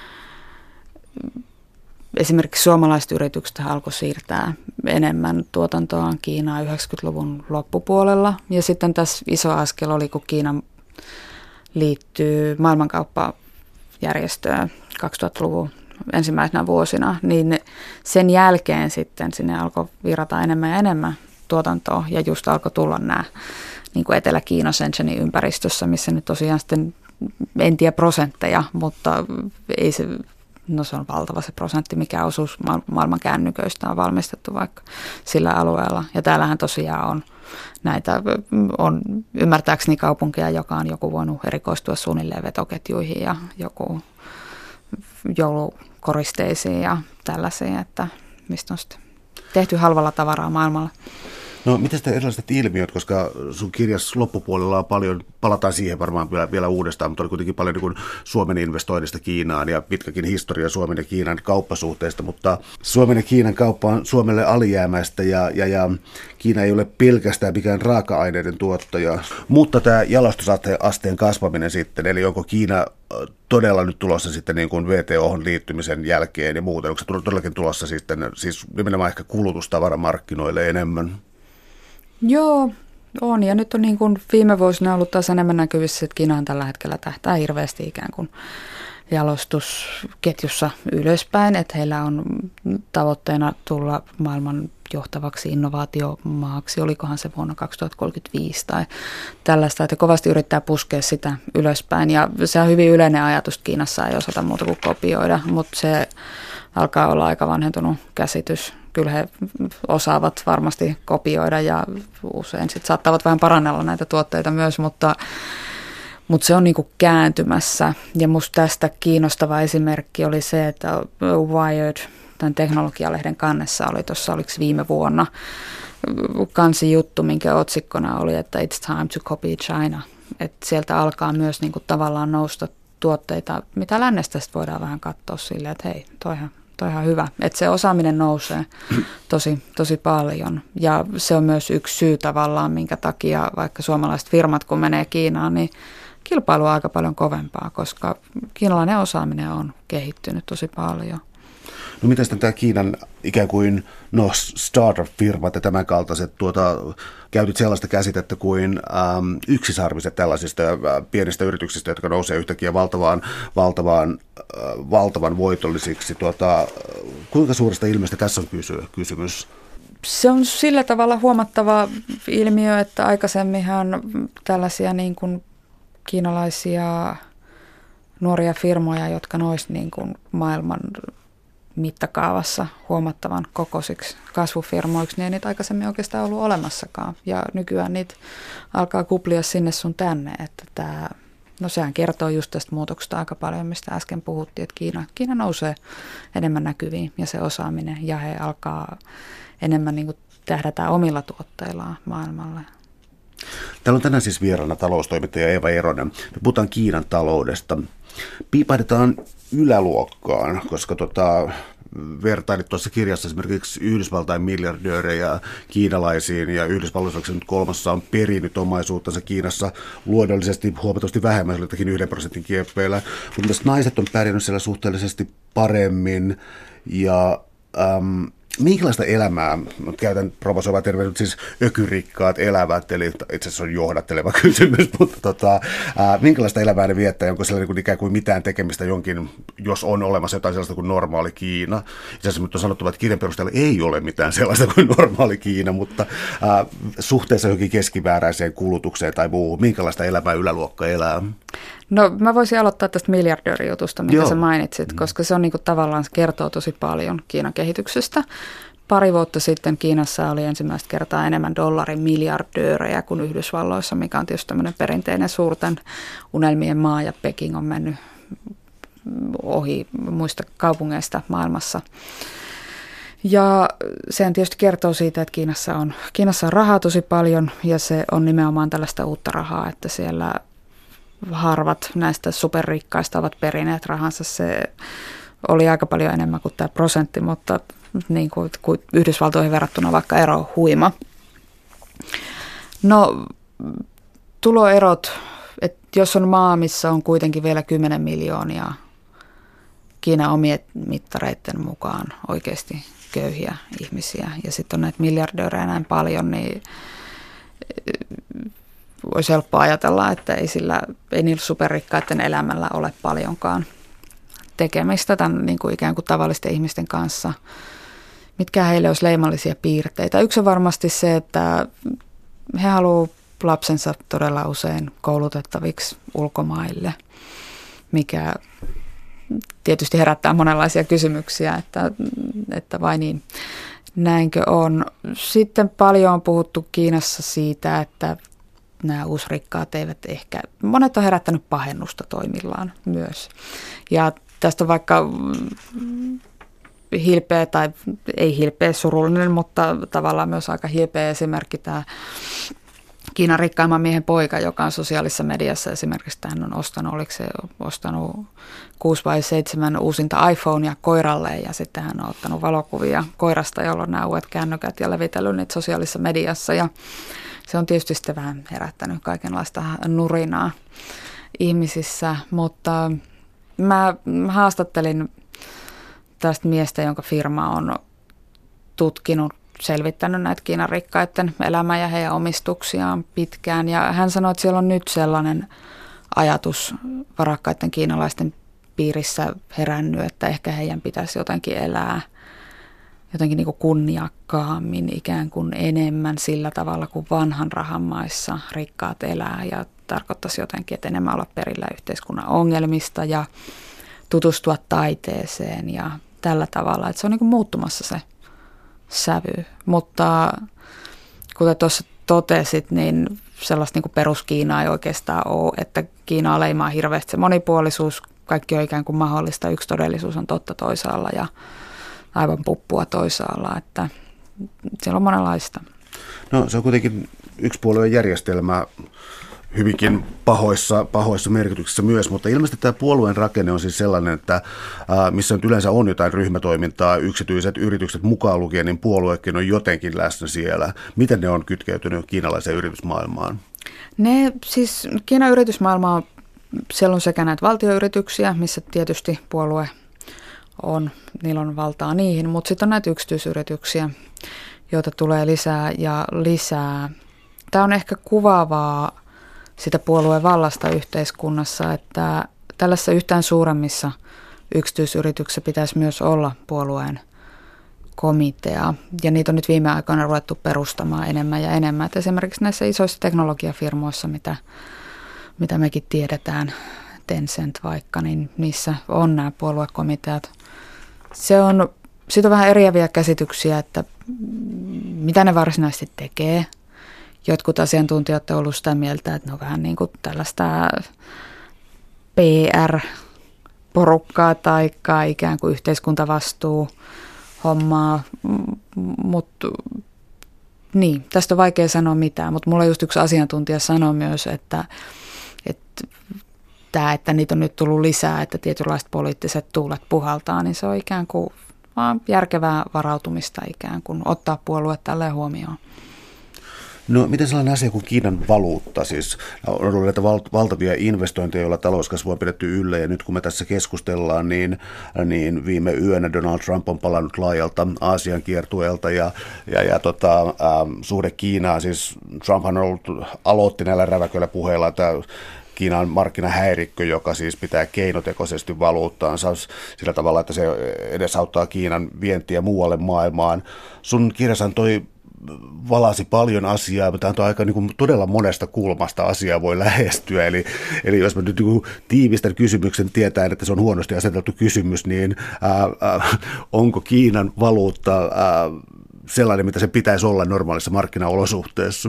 esimerkiksi suomalaiset yritykset alkoi siirtää enemmän tuotantoaan Kiinaan yhdeksänkymmentäluvun loppupuolella. Ja sitten tässä iso askel oli, kun Kiina liittyy maailmankauppajärjestöön kaksituhattaluvun ensimmäisenä vuosina, niin sen jälkeen sitten sinne alkoi virata enemmän ja enemmän tuotantoa. Ja just alkoi tulla nämä niin kuin Etelä-Kiina Shenzhenin ympäristössä, missä nyt tosiaan sitten en tiedä prosentteja, mutta ei se... No se on valtava se prosentti, mikä osuus maailman kännyköistä on valmistettu vaikka sillä alueella. Ja täällähän tosiaan on näitä, on ymmärtääkseni kaupunkia, joka on joku voinut erikoistua suunnilleen vetoketjuihin ja joku joulukoristeisiin ja tällaisiin, että mistä on sitten tehty halvalla tavaraa maailmalla. No mitä sitten erilaiset ilmiöt, koska sun kirjassa loppupuolella on paljon, palataan siihen varmaan vielä, vielä uudestaan, mutta oli kuitenkin paljon niin kuin Suomen investoinnista Kiinaan ja pitkäkin historia Suomen ja Kiinan kauppasuhteista, mutta Suomen ja Kiinan kauppa on Suomelle alijäämäistä ja, ja, ja Kiina ei ole pelkästään mikään raaka-aineiden tuottaja, mutta tämä jalostusasteen kasvaminen sitten, eli onko Kiina todella nyt tulossa sitten niin kuin V T O:hon liittymisen jälkeen ja muuten, onko se todellakin tulossa sitten, siis nimenomaan ehkä kulutustavaramarkkinoille enemmän? Joo, on. Ja nyt on niin kuin viime vuosina ollut taas enemmän näkyvissä, että Kiinahan tällä hetkellä tähtää hirveästi ikään kuin jalostusketjussa ylöspäin, että heillä on tavoitteena tulla maailman johtavaksi innovaatiomaaksi, olikohan se vuonna kaksituhattakolmekymmentäviisi tai tällaista, että kovasti yrittää puskea sitä ylöspäin. Ja se on hyvin yleinen ajatus, että Kiinassa ei osata muuta kuin kopioida, mutta se alkaa olla aika vanhentunut käsitys. Kyllä he osaavat varmasti kopioida ja usein sit saattavat vähän parannella näitä tuotteita myös, mutta, mutta se on niin kuin kääntymässä. Ja musta tästä kiinnostava esimerkki oli se, että Wired, tämän teknologialehden kannessa oli tuossa, oliko viime vuonna, kansijuttu, minkä otsikkona oli, että it's time to copy China. Että sieltä alkaa myös niin kuin tavallaan nousta tuotteita, mitä lännestä sitten voidaan vähän katsoa silleen, että hei, toihan. Toi on ihan hyvä, että se osaaminen nousee tosi, tosi paljon ja se on myös yksi syy tavallaan, minkä takia vaikka suomalaiset firmat kun menee Kiinaan, niin kilpailu on aika paljon kovempaa, koska kiinalainen osaaminen on kehittynyt tosi paljon. No mitä sitten tämä Kiinan ikään kuin no, startup-firmat ja tämän kaltaiset, tuota, käytit sellaista käsitettä kuin äm, yksisarviset tällaisista äh, pienistä yrityksistä, jotka nousee yhtäkkiä valtavaan, valtavaan, äh, valtavan voitollisiksi. Tuota, kuinka suuresta ilmeestä tässä on kysy- kysymys? Se on sillä tavalla huomattava ilmiö, että aikaisemminhan tällaisia niin kuin kiinalaisia nuoria firmoja, jotka nois niin kuin maailman mittakaavassa huomattavan kokoisiksi kasvufirmoiksi, niin ei niitä aikaisemmin oikeastaan ollut olemassakaan. Ja nykyään niitä alkaa kuplia sinne sun tänne, että tämä, no sehän kertoo just tästä muutoksesta aika paljon, mistä äsken puhuttiin, että Kiina, Kiina nousee enemmän näkyviin ja se osaaminen, ja he alkaa enemmän niin kuin tähdätä omilla tuotteillaan maailmalle. Täällä on tänään siis vieraana taloustoimittaja Eeva Eronen. Me puhutaan Kiinan taloudesta. Piipahdetaan yläluokkaan, koska tota, vertailit tuossa kirjassa esimerkiksi Yhdysvaltain miljardöörejä kiinalaisiin, ja Yhdysvalloissa nyt kolmassa on perinyt omaisuuttansa Kiinassa luonnollisesti huomattavasti vähemmän, jotakin yhden prosentin kieppeillä, mutta myös naiset on pärjännyt siellä suhteellisesti paremmin, ja äm, minkälaista elämää, käytän provosoivaa terveys, siis ökyrikkaat elävät, eli itse asiassa on johdatteleva kysymys, mutta tota, ää, minkälaista elämää ne viettää, onko siellä niin ikään kuin mitään tekemistä jonkin, jos on olemassa jotain sellaista kuin normaali Kiina. Itse asiassa nyt on sanottava, että kirjan perusteella ei ole mitään sellaista kuin normaali Kiina, mutta ää, suhteessa johonkin keskivääräiseen kulutukseen tai muuhun, minkälaista elämää yläluokka elää? No mä voisin aloittaa tästä miljardöörijutusta, mitä Joo. sä mainitsit, koska se on niin kuin tavallaan, se kertoo tosi paljon Kiinan kehityksestä. Pari vuotta sitten Kiinassa oli ensimmäistä kertaa enemmän dollarin miljardöörejä kuin Yhdysvalloissa, mikä on tietysti tämmöinen perinteinen suurten unelmien maa, ja Peking on mennyt ohi muista kaupungeista maailmassa. Ja sehän tietysti kertoo siitä, että Kiinassa on, Kiinassa on rahaa tosi paljon, ja se on nimenomaan tällaista uutta rahaa, että siellä harvat näistä superrikkaista ovat perineet rahansa. Se oli aika paljon enemmän kuin tämä prosentti, mutta niin kuin, kuin Yhdysvaltoihin verrattuna vaikka ero on huima. No tuloerot, että jos on maa, missä on kuitenkin vielä kymmenen miljoonia Kiinan omien mittareiden mukaan oikeasti köyhiä ihmisiä, ja sitten on näitä miljardöörejä näin paljon, niin olisi helppo ajatella, että ei, sillä, ei niillä superrikkaiden elämällä ole paljonkaan tekemistä tämän niin kuin ikään kuin tavallisten ihmisten kanssa. Mitkä heille olisi leimallisia piirteitä? Yksi on varmasti se, että he haluavat lapsensa todella usein koulutettaviksi ulkomaille, mikä tietysti herättää monenlaisia kysymyksiä, että, että vai niin, näinkö on. Sitten paljon on puhuttu Kiinassa siitä, että nämä uusrikkaat eivät ehkä, monet on herättänyt pahennusta toimillaan myös. Ja tästä on vaikka hilpeä tai ei hilpeä surullinen, mutta tavallaan myös aika hilpeä esimerkki tämä Kiinan rikkaimman miehen poika, joka on sosiaalisessa mediassa esimerkiksi, hän on ostanut, oliko se ostanut kuusi vai seitsemän uusinta iPhonea koiralle, ja sitten hän on ottanut valokuvia koirasta, jolla on nämä uudet kännykät, ja levitellyt niitä sosiaalisessa mediassa, ja se on tietysti sitten vähän herättänyt kaikenlaista nurinaa ihmisissä, mutta mä haastattelin tästä miestä, jonka firma on tutkinut, selvittänyt näitä Kiinan rikkaiden elämää ja heidän omistuksiaan pitkään. Ja hän sanoi, että siellä on nyt sellainen ajatus varakkaiden kiinalaisten piirissä herännyt, että ehkä heidän pitäisi jotenkin elää jotenkin niin kuin kunniakkaammin, ikään kuin enemmän sillä tavalla kuin vanhan rahan maissa rikkaat elää, ja tarkoittaisi jotenkin, että enemmän olla perillä yhteiskunnan ongelmista ja tutustua taiteeseen ja tällä tavalla, että se on niin kuin muuttumassa se sävy. Mutta kuten tuossa totesit, niin sellaista niin kuin peruskiinaa ei oikeastaan ole, että Kiinaa leimaa hirveästi se monipuolisuus, kaikki on ikään kuin mahdollista, yksi todellisuus on totta toisaalla ja aivan puppua toisaalla, että siellä on monenlaista. No se on kuitenkin yksipuolueen järjestelmä hyvinkin pahoissa, pahoissa merkityksissä myös, mutta ilmeisesti tämä puolueen rakenne on siis sellainen, että ää, missä nyt yleensä on jotain ryhmätoimintaa, yksityiset yritykset mukaan lukien, niin puoluekin on jotenkin läsnä siellä. Miten ne on kytkeytynyt kiinalaiseen yritysmaailmaan? Ne siis Kiinan yritysmaailma on, siellä on sekä näitä valtioyrityksiä, missä tietysti puolue on, niillä on valtaa niihin, mutta sitten on näitä yksityisyrityksiä, joita tulee lisää ja lisää. Tämä on ehkä kuvaavaa sitä puolueen vallasta yhteiskunnassa, että tällaisessa yhtään suuremmissa yksityisyrityksissä pitäisi myös olla puolueen komitea, ja niitä on nyt viime aikoina ruvettu perustamaan enemmän ja enemmän. Et esimerkiksi näissä isoissa teknologiafirmoissa, mitä, mitä mekin tiedetään, Tencent vaikka, niin niissä on nämä puoluekomiteat. Se on, siitä on vähän eriäviä käsityksiä, että mitä ne varsinaisesti tekee. Jotkut asiantuntijat ovat olleet sitä mieltä, että ne on vähän niin kuin tällaista P R-porukkaa tai ikään kuin yhteiskuntavastuu hommaa, mutta niin, tästä on vaikea sanoa mitään, mutta mulla just yksi asiantuntija sanoi myös, että, että tämä, että niitä on nyt tullut lisää, että tietynlaiset poliittiset tuulet puhaltaa, niin se on ikään kuin vaan järkevää varautumista ikään kuin ottaa puolue tälleen huomioon. No miten sellainen asia kuin Kiinan valuutta, siis on ollut näitä val- valtavia investointeja, joilla talouskasvu on pidetty yllä, ja nyt kun me tässä keskustellaan, niin, niin viime yönä Donald Trump on palannut laajalta Aasian kiertueelta, ja, ja, ja tota, ähm, suhde Kiinaan, siis Trumphan on ollut, aloitti näillä räväköillä puheilla, että Kiinan markkinahäirikkö, joka siis pitää keinotekoisesti valuuttaansa sillä tavalla, että se edesauttaa Kiinan vientiä muualle maailmaan. Sun kirjassaan toi valasi paljon asiaa, mutta tämä on aika niin kuin todella monesta kulmasta asiaa voi lähestyä. Eli, eli jos mä nyt niin kuin tiivistän kysymyksen tietäen, että se on huonosti aseteltu kysymys, niin ää, ää, onko Kiinan valuutta ää, sellainen, mitä se pitäisi olla normaalissa markkinaolosuhteessa?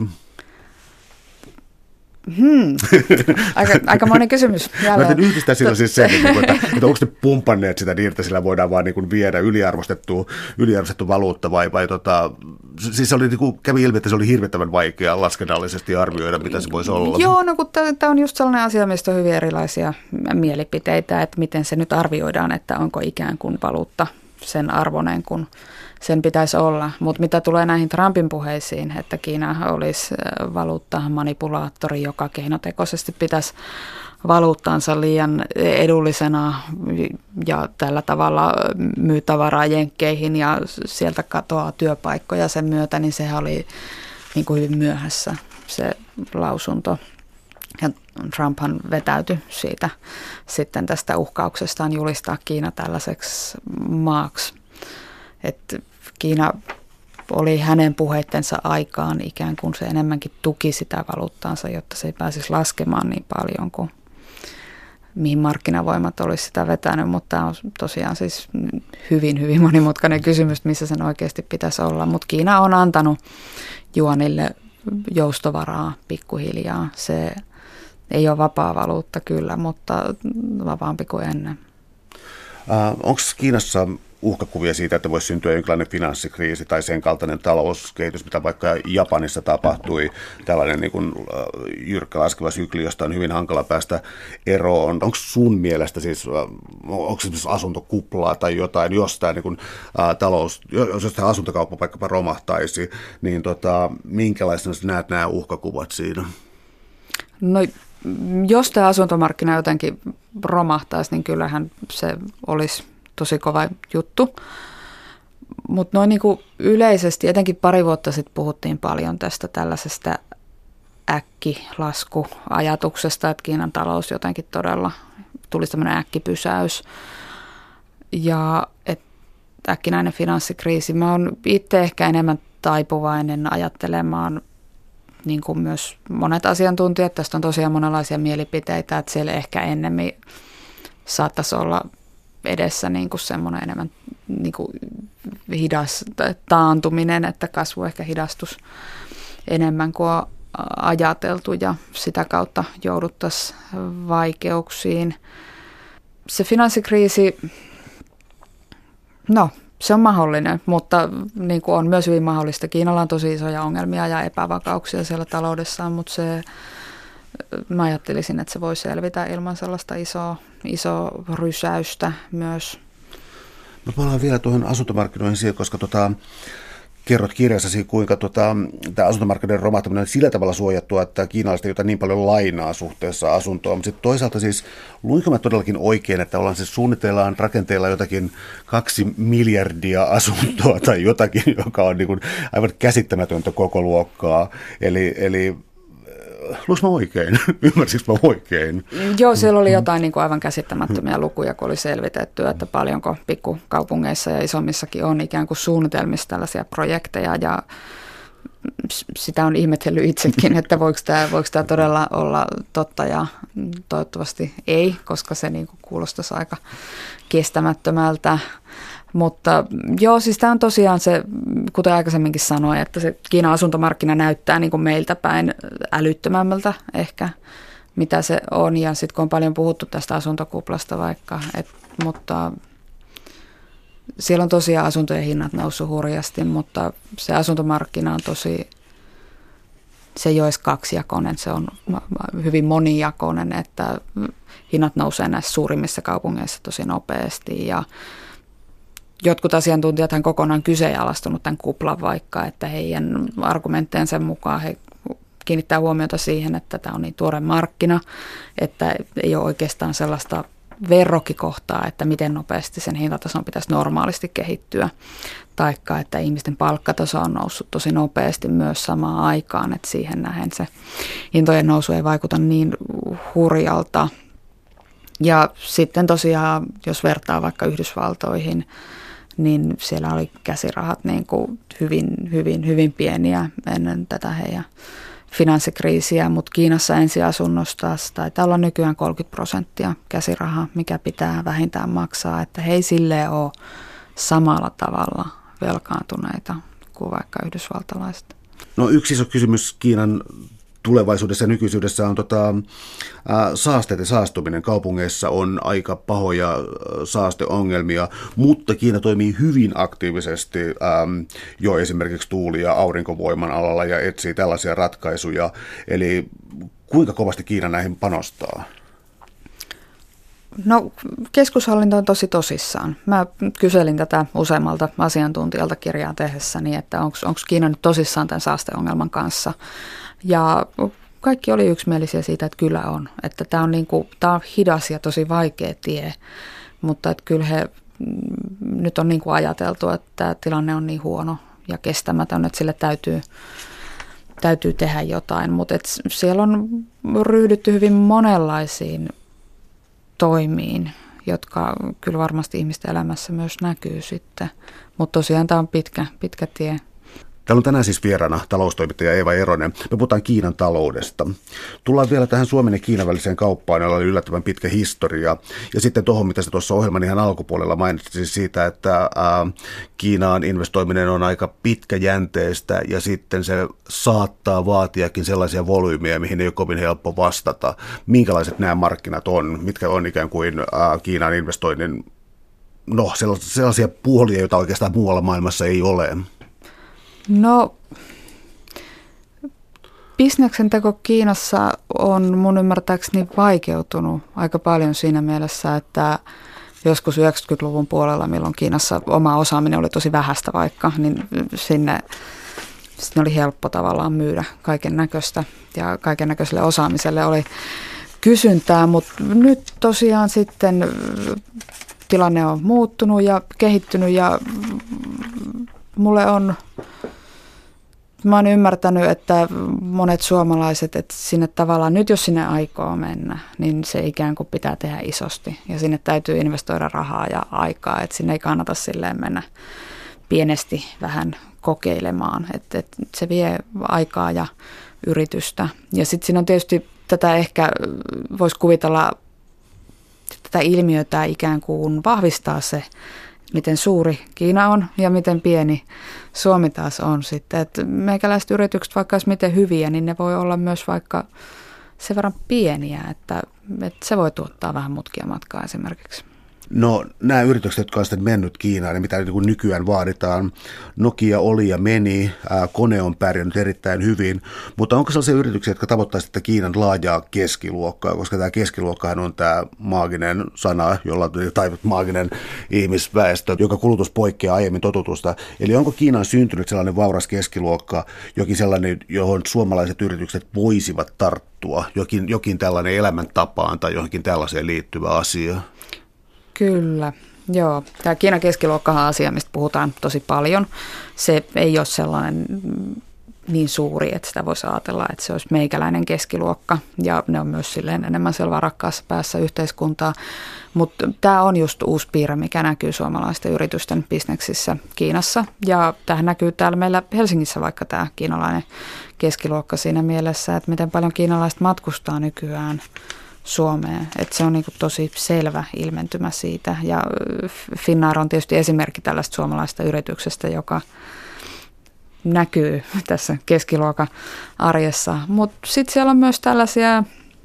Hmm. Aika, aika monen kysymys. Mä yritän yhdistää sillä siis sen, että, että onko ne pumpanneet sitä niin, että sillä voidaan vaan niin kuin viedä yliarvostettu, yliarvostettu valuutta vai, vai tota, siis se oli, niin kuin, kävi ilmi, että se oli hirvittävän vaikea laskennallisesti arvioida, mitä se voisi olla. Joo, no kun tämä on just sellainen asia, mistä on hyvin erilaisia mielipiteitä, että miten se nyt arvioidaan, että onko ikään kuin valuutta sen arvoinen, kun sen pitäisi olla. Mutta mitä tulee näihin Trumpin puheisiin, että Kiina olisi valuuttamanipulaattori, joka keinotekoisesti pitäisi valuuttansa liian edullisena ja tällä tavalla myy tavaraa jenkkeihin ja sieltä katoaa työpaikkoja sen myötä, niin sehän oli niin kuin hyvin myöhässä se lausunto. Ja Trumphan vetäytyi siitä sitten tästä uhkauksestaan julistaa Kiina tällaiseksi maaksi. Että Kiina oli hänen puheittensa aikaan ikään kuin se enemmänkin tuki sitä valuuttaansa, jotta se ei pääsisi laskemaan niin paljon kuin mihin markkinavoimat olisi sitä vetänyt, mutta tämä on tosiaan siis hyvin, hyvin monimutkainen kysymys, missä sen oikeasti pitäisi olla. Mutta Kiina on antanut juonille joustovaraa pikkuhiljaa. Se ei ole vapaa valuutta kyllä, mutta vapaampi kuin ennen. Äh, onko Kiinassa uhkakuvia siitä, että voisi syntyä jonkinlainen finanssikriisi tai sen kaltainen talouskehitys, mitä vaikka Japanissa tapahtui, tällainen niin kuin jyrkkä laskeva sykli, josta on hyvin hankala päästä eroon. Onko sun mielestä siis, onko esimerkiksi asuntokuplaa tai jotain, jos tämä niin kuin, ä, talous, jos tämä asuntokauppa vaikkapa romahtaisi, niin tota, minkälaisena näet nämä uhkakuvat siinä? No jos tämä asuntomarkkina jotenkin romahtaisi, niin kyllähän se olisi tosi kova juttu, mutta noin niin kuin yleisesti, etenkin pari vuotta sitten puhuttiin paljon tästä tällaisesta äkkilaskuajatuksesta, että Kiinan talous jotenkin todella tuli tämmöinen äkkipysäys ja että äkkinäinen finanssikriisi. Mä oon itse ehkä enemmän taipuvainen ajattelemaan, niin kuin myös monet asiantuntijat, tästä on tosiaan monenlaisia mielipiteitä, että siellä ehkä ennemmin saattaisi olla edessä niin kuin semmoinen enemmän niin kuin hidas taantuminen, että kasvu ehkä hidastus enemmän kuin on ajateltu ja sitä kautta jouduttaisiin vaikeuksiin. Se finanssikriisi, no se on mahdollinen, mutta niin kuin on myös hyvin mahdollista. Kiinalla on tosi isoja ongelmia ja epävakauksia siellä taloudessaan, mutta se, mä ajattelisin, että se voi selvitä ilman sellaista isoa, isoa rysäystä myös. Mutta me ollaan vielä tuohon asuntomarkkinoihin siihen, koska tota, kerrot kirjassasi, kuinka tota, tämä asuntomarkkinoiden romahtaminen on sillä tavalla suojattua, että kiinalaiset ei ota niin paljon lainaa suhteessa asuntoon. Mutta sitten toisaalta siis, luinko mä todellakin oikein, että ollaan siis suunnitellaan rakenteella jotakin kaksi miljardia asuntoa tai jotakin, joka on niin kuin aivan käsittämätöntä koko luokkaa. Eli, eli luinko mä oikein? Ymmärsikö mä oikein? Joo, siellä oli jotain niin kuin aivan käsittämättömiä lukuja, kun oli selvitetty, että paljonko pikkukaupungeissa ja isommissakin on ikään kuin suunnitelmissa tällaisia projekteja, ja sitä on ihmetellyt itsekin, että voiko tämä, voiko tämä todella olla totta, ja toivottavasti ei, koska se niin kuin kuulostaisi aika kestämättömältä. Mutta joo, siis tämä on tosiaan se, kuten aikaisemminkin sanoin, että se Kiinan asuntomarkkina näyttää niin kuin meiltä päin älyttömämmältä ehkä, mitä se on. Ja sitten kun on paljon puhuttu tästä asuntokuplasta vaikka, et, mutta siellä on tosiaan asuntojen hinnat noussut hurjasti, mutta se asuntomarkkina on tosi, se ei ole edes kaksijakoinen, se on hyvin monijakoinen, että hinnat nousee näissä suurimmissa kaupungeissa tosi nopeasti, ja jotkut asiantuntijat hän kokonaan kyseenalaistunut tämän kuplan vaikka, että heidän argumentteensa mukaan he kiinnittää huomiota siihen, että tämä on niin tuore markkina, että ei ole oikeastaan sellaista verrokkikohtaa, että miten nopeasti sen hintatason pitäisi normaalisti kehittyä, taikka että ihmisten palkkataso on noussut tosi nopeasti myös samaan aikaan, että siihen nähen se hintojen nousu ei vaikuta niin hurjalta. Ja sitten tosiaan, jos vertaa vaikka Yhdysvaltoihin, niin siellä oli käsirahat niin kuin hyvin, hyvin, hyvin pieniä ennen tätä heidän finanssikriisiä, mutta Kiinassa ensiasunnosta taitaa olla nykyään kolmekymmentä prosenttia käsirahaa, mikä pitää vähintään maksaa, että he ei silleen ole samalla tavalla velkaantuneita kuin vaikka yhdysvaltalaiset. No yksi iso kysymys Kiinan tulevaisuudessa ja nykyisyydessä on tota, ää, saasteet ja saastuminen. Kaupungeissa on aika pahoja ää, saasteongelmia, mutta Kiina toimii hyvin aktiivisesti ää, jo esimerkiksi tuuli- ja aurinkovoiman alalla ja etsii tällaisia ratkaisuja. Eli kuinka kovasti Kiina näihin panostaa? No keskushallinto on tosi tosissaan. Mä kyselin tätä useammalta asiantuntijalta kirjaa tehdessäni, että onko Kiina nyt tosissaan tämän saasteongelman kanssa. Ja kaikki oli yksimielisiä siitä, että kyllä on. Että tämä on, niinku, tämä on hidas ja tosi vaikea tie, mutta että kyllä he nyt on niinku ajateltu, että tämä tilanne on niin huono ja kestämätön, että sille täytyy, täytyy tehdä jotain. Mutta et siellä on ryhdytty hyvin monenlaisiin toimiin, jotka kyllä varmasti ihmisten elämässä myös näkyy sitten. Mutta tosiaan tämä on pitkä, pitkä tie. Täällä on tänään siis vieraana taloustoimittaja Eeva Eronen. Me puhutaan Kiinan taloudesta. Tullaan vielä tähän Suomen ja Kiinan väliseen kauppaan, jolla oli yllättävän pitkä historia. Ja sitten tuohon, mitä se tuossa ohjelman ihan alkupuolella mainitsi, siis siitä, että ää, Kiinaan investoiminen on aika pitkäjänteistä ja sitten se saattaa vaatiakin sellaisia volyymeja, mihin ei ole kovin helppo vastata. Minkälaiset nämä markkinat on? Mitkä on ikään kuin ää, Kiinan investoinnin, no sellaisia puolia, joita oikeastaan muualla maailmassa ei ole? No, bisneksen teko Kiinassa on mun ymmärtääkseni vaikeutunut aika paljon siinä mielessä, että joskus yhdeksänkymmentäluvun puolella, milloin Kiinassa oma osaaminen oli tosi vähäistä vaikka, niin sinne, sinne oli helppo tavallaan myydä kaiken näköistä ja kaiken näköiselle osaamiselle oli kysyntää, mutta nyt tosiaan sitten tilanne on muuttunut ja kehittynyt ja mulle on, mä oon ymmärtänyt, että monet suomalaiset, että sinne tavallaan nyt jos sinne aikoo mennä, niin se ikään kuin pitää tehdä isosti ja sinne täytyy investoida rahaa ja aikaa, että sinne ei kannata silleen mennä pienesti vähän kokeilemaan, että, että se vie aikaa ja yritystä. Ja sitten siinä on tietysti tätä ehkä, voisi kuvitella tätä ilmiötä ikään kuin vahvistaa se, miten suuri Kiina on ja miten pieni Suomi taas on sitten. Että meikäläiset yritykset, vaikka olisi miten hyviä, niin ne voi olla myös vaikka sen verran pieniä, että, että se voi tuottaa vähän mutkia matkaa esimerkiksi. No nämä yritykset, jotka on sitten mennyt Kiinaan, niin mitä niin nykyään vaaditaan, Nokia oli ja meni, ää, Kone on pärjännyt erittäin hyvin, mutta onko sellaisia yrityksiä, jotka tavoittaisivat sitä Kiinan laajaa keskiluokkaa, koska tämä keskiluokkahan on tämä maaginen sana, jolla, tai maaginen ihmisväestö, joka kulutus poikkeaa aiemmin totutusta. Eli onko Kiinaan syntynyt sellainen vauras keskiluokka, jokin sellainen, johon suomalaiset yritykset voisivat tarttua, jokin, jokin tällainen elämäntapaan tai johonkin tällaiseen liittyvä asia? Kyllä, joo. Tämä Kiinan keskiluokka on asia, mistä puhutaan tosi paljon. Se ei ole sellainen niin suuri, että sitä voisi ajatella, että se olisi meikäläinen keskiluokka. Ja ne on myös silleen enemmän selvä rakkaassa päässä yhteiskuntaa. Mutta tämä on just uusi piirre, mikä näkyy suomalaisten yritysten bisneksissä Kiinassa. Ja tämähän näkyy täällä meillä Helsingissä vaikka tämä kiinalainen keskiluokka siinä mielessä, että miten paljon kiinalaiset matkustaa nykyään Suomeen. Että se on niinku tosi selvä ilmentymä siitä. Ja Finnair on tietysti esimerkki tällaista suomalaista yrityksestä, joka näkyy tässä keskiluokan arjessa. Mutta sitten siellä on myös tällaisia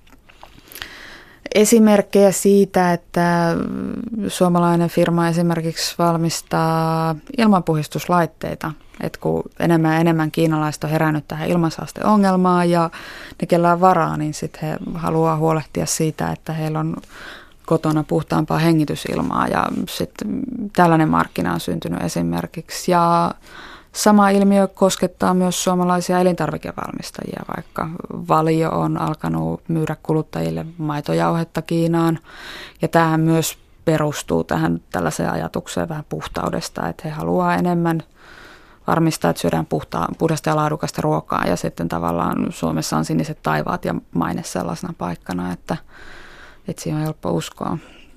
esimerkkejä siitä, että suomalainen firma esimerkiksi valmistaa ilmanpuhdistuslaitteita. Et kun enemmän ja enemmän kiinalaiset on herännyt tähän ilmansaasteongelmaan ja ne kellä on varaa, niin sitten he haluaa huolehtia siitä, että heillä on kotona puhtaampaa hengitysilmaa. Ja sitten tällainen markkina on syntynyt esimerkiksi. Ja sama ilmiö koskettaa myös suomalaisia elintarvikevalmistajia, vaikka Valio on alkanut myydä kuluttajille maitojauhetta Kiinaan. Ja tämähän myös perustuu tähän tällaiseen ajatukseen vähän puhtaudesta, että he haluaa enemmän varmistaa, että syödään puhtaa, puhdasta ja laadukasta ruokaa. Ja sitten tavallaan Suomessa on siniset taivaat ja maine sellaisena paikkana, että, että siihen on helppo uskoa.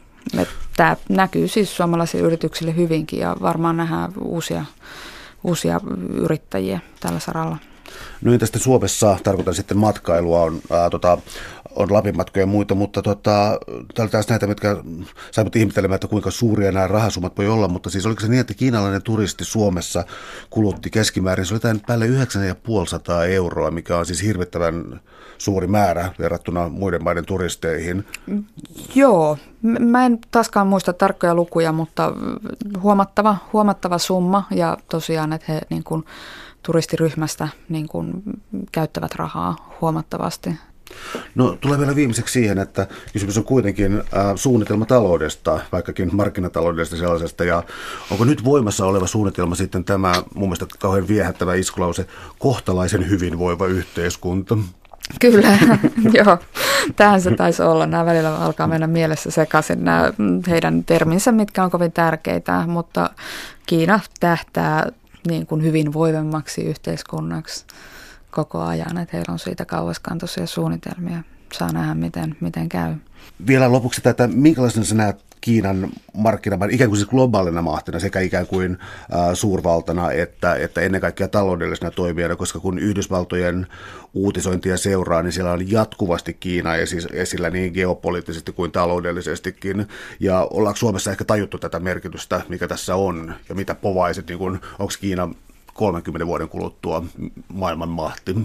Tämä näkyy siis suomalaisille yrityksille hyvinkin ja varmaan nähdään uusia uusia yrittäjiä tällä saralla. No niin, tästä Suomessa, tarkoitan sitten matkailua, on, ää, tota, on Lapinmatkoja ja muita, mutta tota, täällä taas näitä, mitkä saivat ihmettelemään, että kuinka suuria nämä rahasummat voi olla, mutta siis oliko se niin, että kiinalainen turisti Suomessa kulutti keskimäärin, se oli jotain päälle yhdeksäntuhatta euroa, mikä on siis hirvittävän suuri määrä verrattuna muiden maiden turisteihin. Joo, mä en taaskaan muista tarkkoja lukuja, mutta huomattava, huomattava summa ja tosiaan, että he niin kuin turistiryhmästä niin kuin käyttävät rahaa huomattavasti. No tulee vielä viimeiseksi siihen, että kysymys on kuitenkin äh, suunnitelmataloudesta, vaikkakin markkinataloudesta sellaisesta, ja onko nyt voimassa oleva suunnitelma sitten tämä mun mielestä kauhean viehättävä iskulause, kohtalaisen hyvinvoiva yhteiskunta? Kyllä, joo. Tähän se taisi olla. Nämä välillä alkaa mennä mielessä sekaisin nämä heidän terminsä, mitkä on kovin tärkeitä, mutta Kiina tähtää niin kuin hyvinvoivemmaksi yhteiskunnaksi koko ajan, että heillä on siitä kauaskantoisia suunnitelmia. Saa nähdä, miten, miten käy. Vielä lopuksi tätä, minkälaisena sä näet Kiinan markkinamaan ikään kuin siis globaalina mahtina sekä ikään kuin äh, suurvaltana että, että ennen kaikkea taloudellisena toimijana, koska kun Yhdysvaltojen uutisointia seuraa, niin siellä on jatkuvasti Kiina esillä niin geopoliittisesti kuin taloudellisestikin. Ja ollaanko Suomessa ehkä tajuttu tätä merkitystä, mikä tässä on, ja mitä povaiset, niin kun, onko Kiina kolmenkymmenen vuoden kuluttua maailman mahti?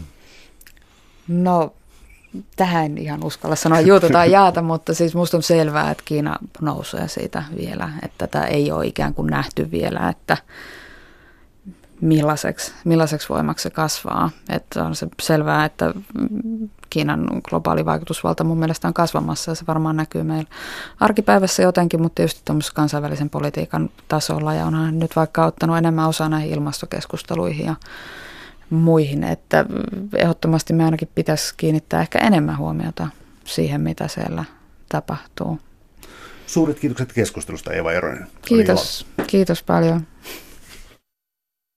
No, tähän en ihan uskalla sanoa juuta tai jaata, mutta siis musta on selvää, että Kiina nousee siitä vielä, että tätä ei ole ikään kuin nähty vielä, että millaiseksi, millaiseksi voimaksi se kasvaa. Että on se selvää, että Kiinan globaali vaikutusvalta mun mielestä on kasvamassa ja se varmaan näkyy meillä arkipäivässä jotenkin, mutta just tuollaisen kansainvälisen politiikan tasolla ja onhan nyt vaikka ottanut enemmän osaa näihin ilmastokeskusteluihin ja muihin, että ehdottomasti me ainakin pitäisi kiinnittää ehkä enemmän huomiota siihen, mitä siellä tapahtuu. Suuret kiitokset keskustelusta, Eeva Eronen. Kiitos, kiitos paljon.